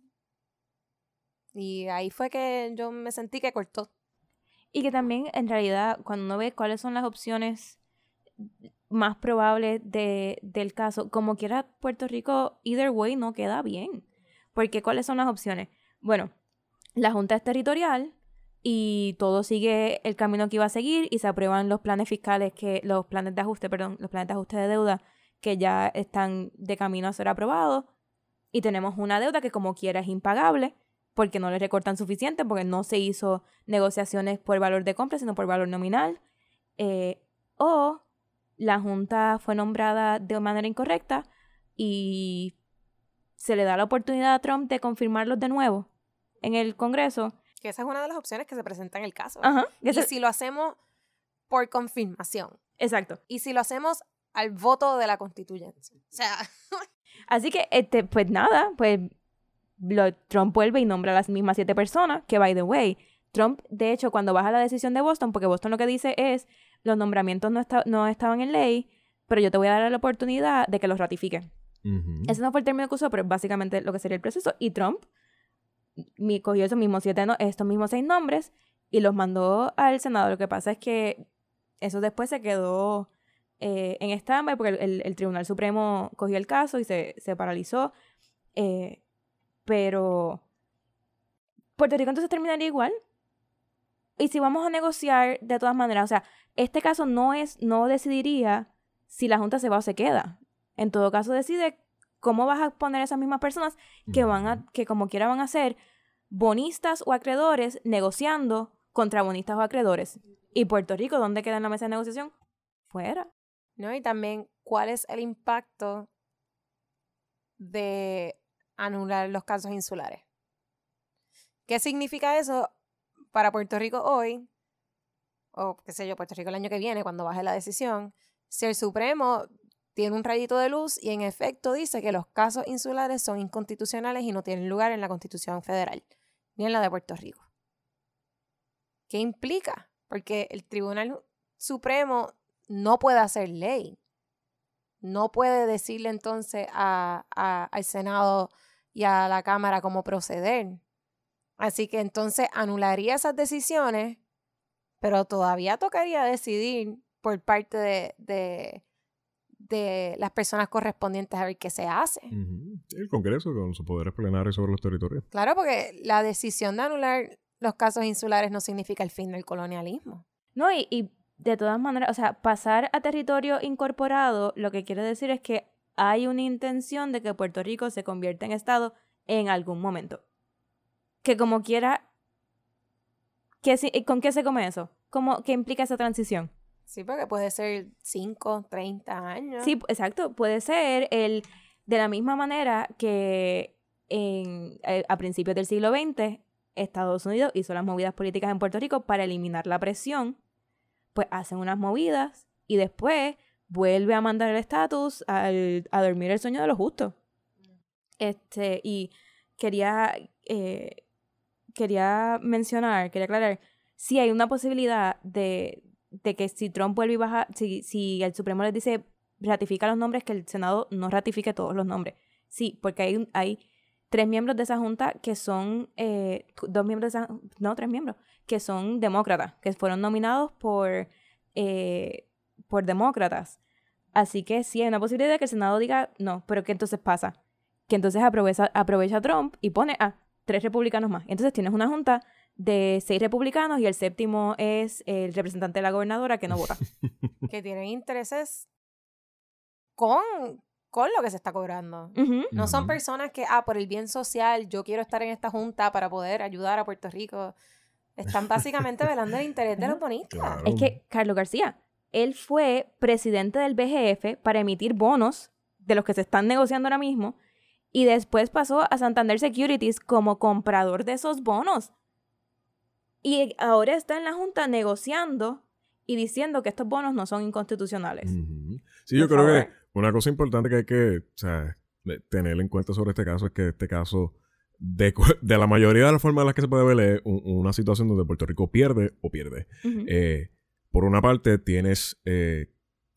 Y ahí fue que yo me sentí que cortó. Y que también, en realidad, cuando uno ve cuáles son las opciones más probables de, del caso, como quiera Puerto Rico, either way, no queda bien. Porque ¿cuáles son las opciones? Bueno, la Junta es territorial y todo sigue el camino que iba a seguir y se aprueban los planes fiscales, que los planes de ajuste, perdón, los planes de ajuste de deuda que ya están de camino a ser aprobados. Y tenemos una deuda que como quiera es impagable porque no le recortan suficiente, porque no se hizo negociaciones por valor de compra, sino por valor nominal. Eh, o la Junta fue nombrada de manera incorrecta y se le da la oportunidad a Trump de confirmarlos de nuevo en el Congreso. Que esa es una de las opciones que se presenta en el caso. Ajá. Y ese... si lo hacemos por confirmación. Exacto. Y si lo hacemos al voto de la constituyente. O sea... Así que, este, pues nada, pues lo, Trump vuelve y nombra a las mismas siete personas, que by the way, Trump, de hecho, cuando baja la decisión de Boston, porque Boston lo que dice es, los nombramientos no, está, no estaban en ley, pero yo te voy a dar la oportunidad de que los ratifiquen. Uh-huh. Ese no fue el término que usó, pero es básicamente lo que sería el proceso. Y Trump mi, cogió esos mismos siete, no, estos mismos seis nombres y los mandó al Senado. Lo que pasa es que eso después se quedó eh, en stand-by porque el, el, el Tribunal Supremo cogió el caso y se, se paralizó. Eh, pero Puerto Rico entonces terminaría igual. Y si vamos a negociar de todas maneras, o sea, este caso no es, no decidiría si la Junta se va o se queda. En todo caso decide cómo vas a poner a esas mismas personas que van a, que como quiera van a ser bonistas o acreedores negociando contra bonistas o acreedores. Y Puerto Rico, ¿dónde queda en la mesa de negociación? Fuera. No, y también, ¿cuál es el impacto de anular los casos insulares? ¿Qué significa eso para Puerto Rico hoy? O, qué sé yo, Puerto Rico el año que viene, cuando baje la decisión. Si el Supremo tiene un rayito de luz y en efecto dice que los casos insulares son inconstitucionales y no tienen lugar en la Constitución Federal, ni en la de Puerto Rico. ¿Qué implica? Porque el Tribunal Supremo no puede hacer ley. No puede decirle entonces a, a, al Senado y a la Cámara cómo proceder. Así que entonces anularía esas decisiones, pero todavía tocaría decidir por parte de, de, de las personas correspondientes a ver qué se hace. Uh-huh. El Congreso con sus poderes plenarios sobre los territorios. Claro, porque la decisión de anular los casos insulares no significa el fin del colonialismo. No, y, y de todas maneras, o sea, pasar a territorio incorporado lo que quiere decir es que hay una intención de que Puerto Rico se convierta en Estado en algún momento. Que como quiera, que, ¿con qué se come eso? ¿Cómo, ¿Qué implica esa transición? Sí, porque puede ser cinco, treinta años. Sí, exacto. Puede ser el de la misma manera que en, eh, a principios del siglo veinte Estados Unidos hizo las movidas políticas en Puerto Rico para eliminar la presión, pues hacen unas movidas y después vuelve a mandar el estatus al, a dormir el sueño de los justos. Este, y quería... Eh, quería mencionar, quería aclarar, sí hay una posibilidad de, de que si Trump vuelve y baja, si, si el Supremo les dice ratifica los nombres, que el Senado no ratifique todos los nombres. Sí, porque hay, hay tres miembros de esa junta que son, eh, dos miembros de esa, no, tres miembros, que son demócratas, que fueron nominados por, eh, por demócratas. Así que sí hay una posibilidad de que el Senado diga no, pero ¿qué entonces pasa? Que entonces aprovecha, aprovecha Trump y pone a tres republicanos más. Entonces tienes una junta de seis republicanos y el séptimo es el representante de la gobernadora que no vota. Que tienen intereses con, con lo que se está cobrando. Uh-huh. No son Ujú. personas que, ah, por el bien social, yo quiero estar en esta junta para poder ayudar a Puerto Rico. Están básicamente velando el interés de los bonistas. Claro. Es que Carlos García, él fue presidente del B G F para emitir bonos de los que se están negociando ahora mismo y después pasó a Santander Securities como comprador de esos bonos. Y ahora está en la Junta negociando y diciendo que estos bonos no son inconstitucionales. Ujú. Sí, yo Por creo favor. que una cosa importante que hay que, o sea, de- tener en cuenta sobre este caso es que este caso, de, cu- de la mayoría de las formas en las que se puede ver, es un- una situación donde Puerto Rico pierde o pierde. Ujú. Eh, por una parte, tienes eh,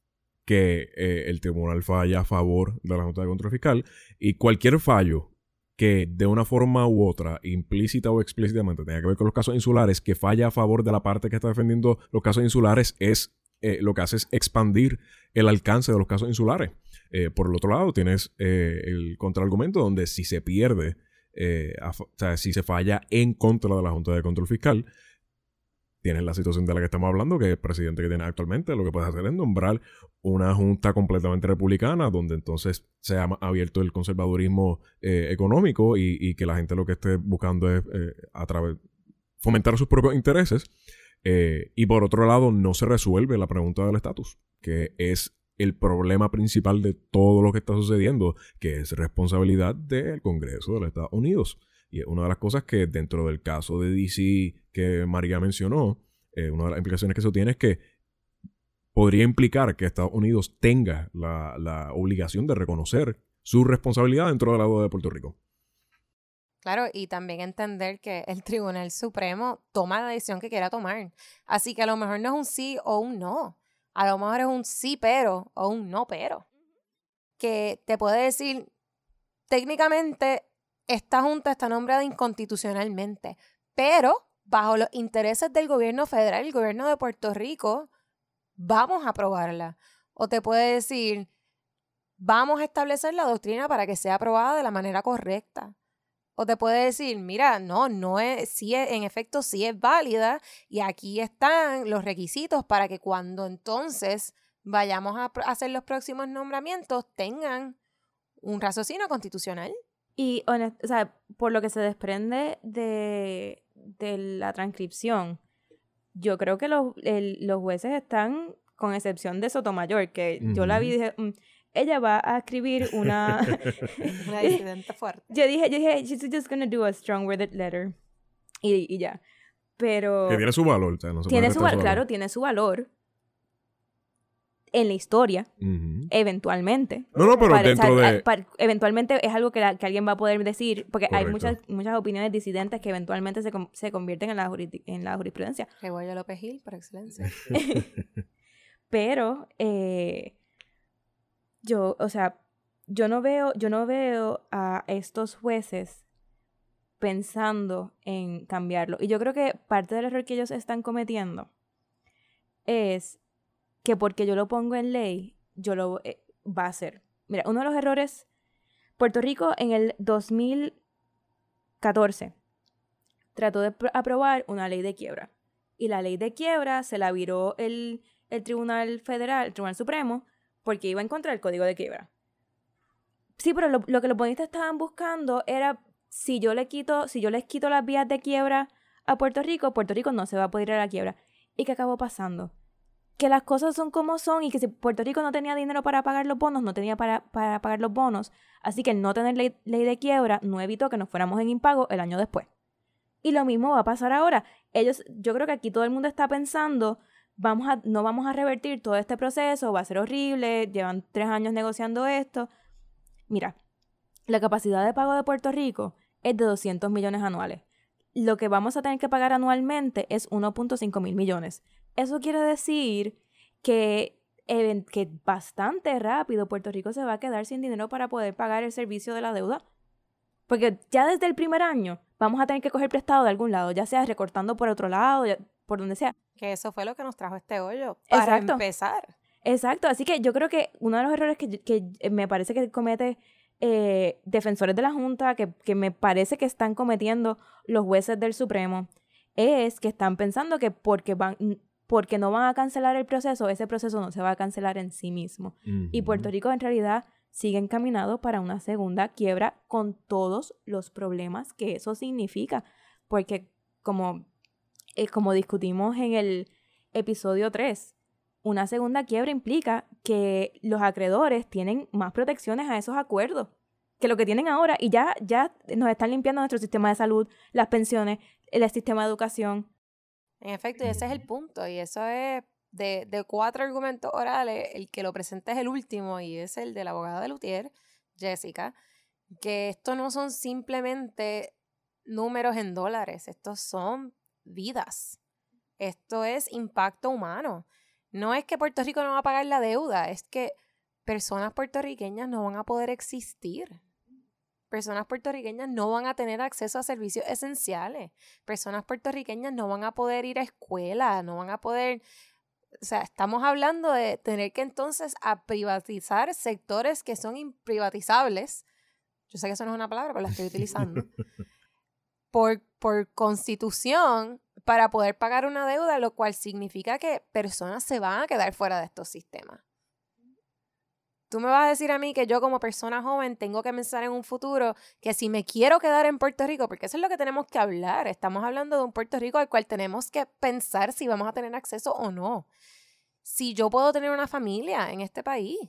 que eh, el tribunal falla a favor de la Junta de Control Fiscal y cualquier fallo que de una forma u otra, implícita o explícitamente, tenga que ver con los casos insulares, que falla a favor de la parte que está defendiendo los casos insulares, es eh, lo que hace es expandir el alcance de los casos insulares. Eh, por el otro lado, tienes eh, el contraargumento donde si se pierde, eh, a fa- o sea, si se falla en contra de la Junta de Control Fiscal, tienes la situación de la que estamos hablando, que el presidente que tiene actualmente lo que puede hacer es nombrar una junta completamente republicana, donde entonces sea más abierto el conservadurismo eh, económico y, y que la gente lo que esté buscando es eh, a través fomentar sus propios intereses. Eh, y por otro lado, no se resuelve la pregunta del estatus, que es el problema principal de todo lo que está sucediendo, que es responsabilidad del Congreso de los Estados Unidos. Y es una de las cosas que dentro del caso de D C que María mencionó, eh, una de las implicaciones que eso tiene es que podría implicar que Estados Unidos tenga la, la obligación de reconocer su responsabilidad dentro del lado de Puerto Rico. Claro, y también entender que el Tribunal Supremo toma la decisión que quiera tomar. Así que a lo mejor no es un sí o un no. A lo mejor es un sí pero o un no pero. Que te puede decir, técnicamente, esta junta está nombrada inconstitucionalmente, pero bajo los intereses del gobierno federal, el gobierno de Puerto Rico, vamos a aprobarla. O te puede decir, vamos a establecer la doctrina para que sea aprobada de la manera correcta. O te puede decir, mira, no, no es, sí es, en efecto sí es válida y aquí están los requisitos para que cuando entonces vayamos a pr- hacer los próximos nombramientos tengan un raciocinio constitucional. Y, honest- o sea, por lo que se desprende de, de la transcripción, yo creo que los, el- los jueces están, con excepción de Sotomayor, que yo la vi y dije, "Mm, ella va a escribir una..." Una disidente fuerte. yo dije, yo dije, she's just gonna do a strong worded letter. Y, y ya. Pero... Que tiene su valor. O sea, no se tiene puede su restar valor, claro, tiene su valor en la historia, Ujú. eventualmente. No, no, pero Para- o sea, dentro a- de... para- eventualmente es algo que, la- que alguien va a poder decir, porque hay Correcto. muchas muchas opiniones disidentes que eventualmente se, com- se convierten en la, jurisdi- en la jurisprudencia. Rebollo López Gil, por excelencia. Pero eh, yo, o sea, yo no veo, yo no veo a estos jueces pensando en cambiarlo. Y yo creo que parte del error que ellos están cometiendo es que porque yo lo pongo en ley, yo lo eh, va a hacer. Mira, uno de los errores, Puerto Rico en el dos mil catorce trató de pr- aprobar una ley de quiebra. Y la ley de quiebra se la viró el, el Tribunal Federal, el Tribunal Supremo, porque iba en contra del Código de Quiebra. Sí, pero lo, lo que los bonistas estaban buscando era, si yo le quito, si yo les quito las vías de quiebra a Puerto Rico, Puerto Rico no se va a poder ir a la quiebra. ¿Y qué acabó pasando? Que las cosas son como son y que si Puerto Rico no tenía dinero para pagar los bonos, no tenía para, para pagar los bonos. Así que el no tener ley, ley de quiebra no evitó que nos fuéramos en impago el año después. Y lo mismo va a pasar ahora. Ellos, yo creo que aquí todo el mundo está pensando, vamos a, no vamos a revertir todo este proceso, va a ser horrible, llevan tres años negociando esto. Mira, la capacidad de pago de Puerto Rico es de doscientos millones anuales. Lo que vamos a tener que pagar anualmente es uno punto cinco mil millones. Eso quiere decir que, eh, que bastante rápido Puerto Rico se va a quedar sin dinero para poder pagar el servicio de la deuda. Porque ya desde el primer año vamos a tener que coger prestado de algún lado, ya sea recortando por otro lado, ya, por donde sea. Que eso fue lo que nos trajo este hoyo. Para Exacto. empezar. Exacto, así que yo creo que uno de los errores que, que me parece que comete eh, defensores de la Junta, que, que me parece que están cometiendo los jueces del Supremo, es que están pensando que porque van... porque no van a cancelar el proceso, ese proceso no se va a cancelar en sí mismo. Ujú. Y Puerto Rico en realidad sigue encaminado para una segunda quiebra con todos los problemas que eso significa. Porque como, eh, como discutimos en el episodio tres, una segunda quiebra implica que los acreedores tienen más protecciones a esos acuerdos que lo que tienen ahora, y ya, ya nos están limpiando nuestro sistema de salud, las pensiones, el sistema de educación. En efecto, y ese es el punto, y eso es de, de cuatro argumentos orales, el que lo presenta es el último, y es el de la abogada de Luthier, Jessica, que esto no son simplemente números en dólares, estos son vidas, esto es impacto humano. No es que Puerto Rico no va a pagar la deuda, es que personas puertorriqueñas no van a poder existir. Personas puertorriqueñas no van a tener acceso a servicios esenciales. Personas puertorriqueñas no van a poder ir a escuela, no van a poder... O sea, estamos hablando de tener que entonces a privatizar sectores que son imprivatizables. Yo sé que eso no es una palabra, pero la estoy utilizando. por, por constitución, para poder pagar una deuda, lo cual significa que personas se van a quedar fuera de estos sistemas. Tú me vas a decir a mí que yo como persona joven tengo que pensar en un futuro que si me quiero quedar en Puerto Rico, porque eso es lo que tenemos que hablar, estamos hablando de un Puerto Rico al cual tenemos que pensar si vamos a tener acceso o no. Si yo puedo tener una familia en este país,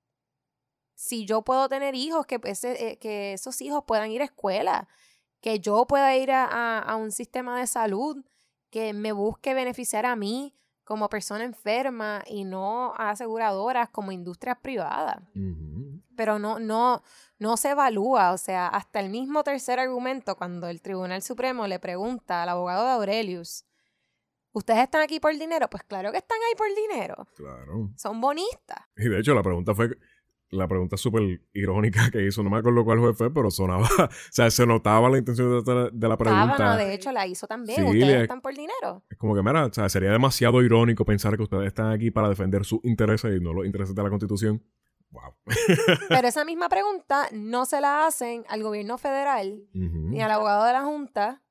si yo puedo tener hijos, que, ese, que esos hijos puedan ir a escuela, que yo pueda ir a, a, a un sistema de salud que me busque beneficiar a mí como persona enferma y no a aseguradoras como industrias privadas. Uh-huh. Pero no, no, no se evalúa, o sea, hasta el mismo tercer argumento, cuando el Tribunal Supremo le pregunta al abogado de Aurelius, ¿ustedes están aquí por dinero? Pues claro que están ahí por dinero. Claro. Son bonistas. Y de hecho la pregunta fue... La pregunta súper irónica que hizo, no me acuerdo cuál juez fue, pero sonaba, o sea, se notaba la intención de la, de la pregunta. Estaba, no, de hecho la hizo también, sí, ustedes le, están por dinero. Es como que, mira, o sea, sería demasiado irónico pensar que ustedes están aquí para defender sus intereses y no los intereses de la Constitución. Wow. Pero esa misma pregunta no se la hacen al gobierno federal uh-huh. ni al abogado de la Junta,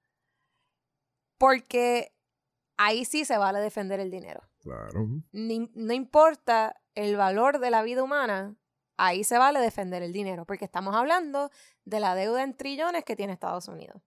porque ahí sí se vale defender el dinero. Claro. Ni, no importa el valor de la vida humana, ahí se vale defender el dinero, porque estamos hablando de la deuda en trillones que tiene Estados Unidos.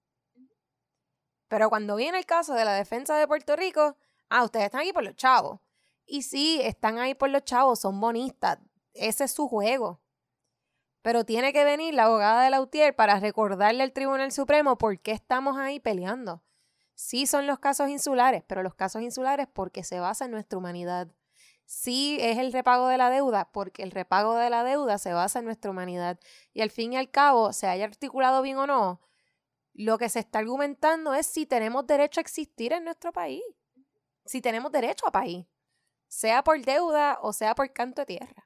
Pero cuando viene el caso de la defensa de Puerto Rico, ah, ustedes están aquí por los chavos. Y sí, están ahí por los chavos, son bonistas, ese es su juego. Pero tiene que venir la abogada de Luthier para recordarle al Tribunal Supremo por qué estamos ahí peleando. Sí son los casos insulares, pero los casos insulares porque se basa en nuestra humanidad. Sí es el repago de la deuda, porque el repago de la deuda se basa en nuestra humanidad. Y al fin y al cabo, se haya articulado bien o no, lo que se está argumentando es si tenemos derecho a existir en nuestro país. Si tenemos derecho a país. Sea por deuda o sea por canto de tierra.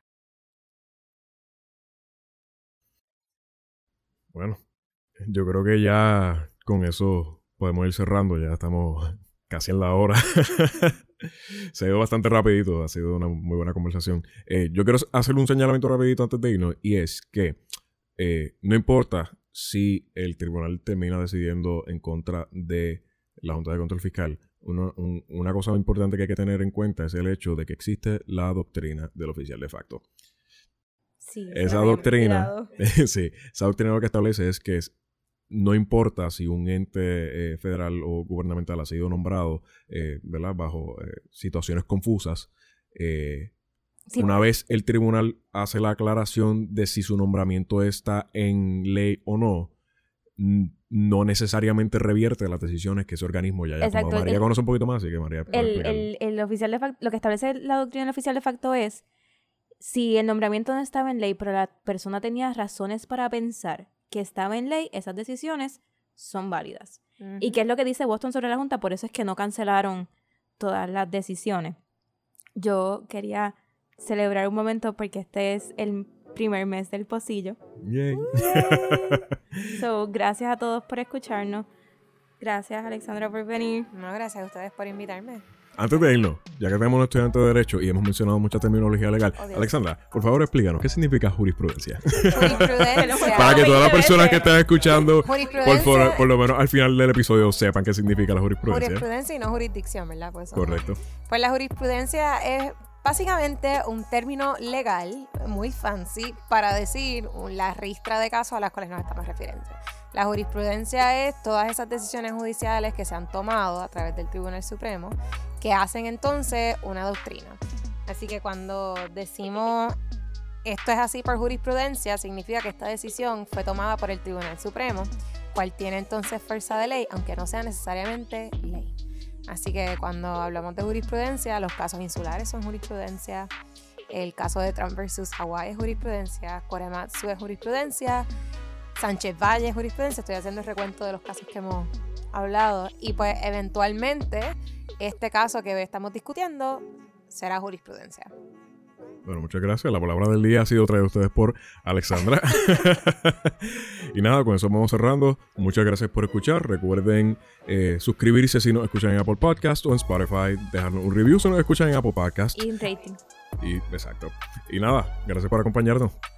Bueno, yo creo que ya con eso podemos ir cerrando. Ya estamos casi en la hora. Se ha ido bastante rapidito, ha sido una muy buena conversación. Eh, yo quiero hacer un señalamiento rapidito antes de irnos, y es que eh, no importa si el tribunal termina decidiendo en contra de la Junta de Control Fiscal, uno, un, una cosa importante que hay que tener en cuenta es el hecho de que existe la doctrina del oficial de facto. Sí, esa doctrina, sí, esa doctrina lo que establece es que es no importa si un ente eh, federal o gubernamental ha sido nombrado eh, ¿verdad? bajo eh, situaciones confusas, eh, sí, una vez el tribunal hace la aclaración de si su nombramiento está en ley o no, n- no necesariamente revierte las decisiones que ese organismo ya haya Exacto, tomado. María el, conoce un poquito más, así que María... El, el, el oficial de facto, lo que establece la doctrina del oficial de facto es si el nombramiento no estaba en ley, pero la persona tenía razones para pensar que estaba en ley, esas decisiones son válidas. Uh-huh. ¿Y qué es lo que dice Boston sobre la Junta? Por eso es que no cancelaron todas las decisiones. Yo quería celebrar un momento porque este es el primer mes del Pocillo. Yay. Yay. So, gracias a todos por escucharnos. Gracias, Alexandra, por venir. No, gracias a ustedes por invitarme. Antes de irnos, ya que tenemos un estudiante de Derecho y hemos mencionado mucha terminología legal, oh, Alexandra, por favor explícanos, ¿qué significa jurisprudencia? Jurisprudencia. Para que todas las personas que estén escuchando, por, por, por lo menos al final del episodio, sepan qué significa la jurisprudencia. Jurisprudencia y no jurisdicción, ¿verdad? Pues, correcto. Pues la jurisprudencia es básicamente un término legal muy fancy para decir la ristra de casos a las cuales nos estamos refiriendo. La jurisprudencia es todas esas decisiones judiciales que se han tomado a través del Tribunal Supremo que hacen entonces una doctrina. Así que cuando decimos esto es así por jurisprudencia, significa que esta decisión fue tomada por el Tribunal Supremo, cual tiene entonces fuerza de ley, aunque no sea necesariamente ley. Así que cuando hablamos de jurisprudencia, los casos insulares son jurisprudencia, el caso de Trump versus Hawaii es jurisprudencia, Korematsu es jurisprudencia, Sánchez Valle es jurisprudencia. Estoy haciendo el recuento de los casos que hemos hablado y pues eventualmente este caso que estamos discutiendo será jurisprudencia. Bueno, muchas gracias. La palabra del día ha sido traída a ustedes por Alexandra. Y nada, con eso vamos cerrando. Muchas gracias por escuchar. Recuerden eh, suscribirse si nos escuchan en Apple Podcast o en Spotify. Dejarnos un review si nos escuchan en Apple Podcast. Y un rating. Y, exacto. Y nada, gracias por acompañarnos.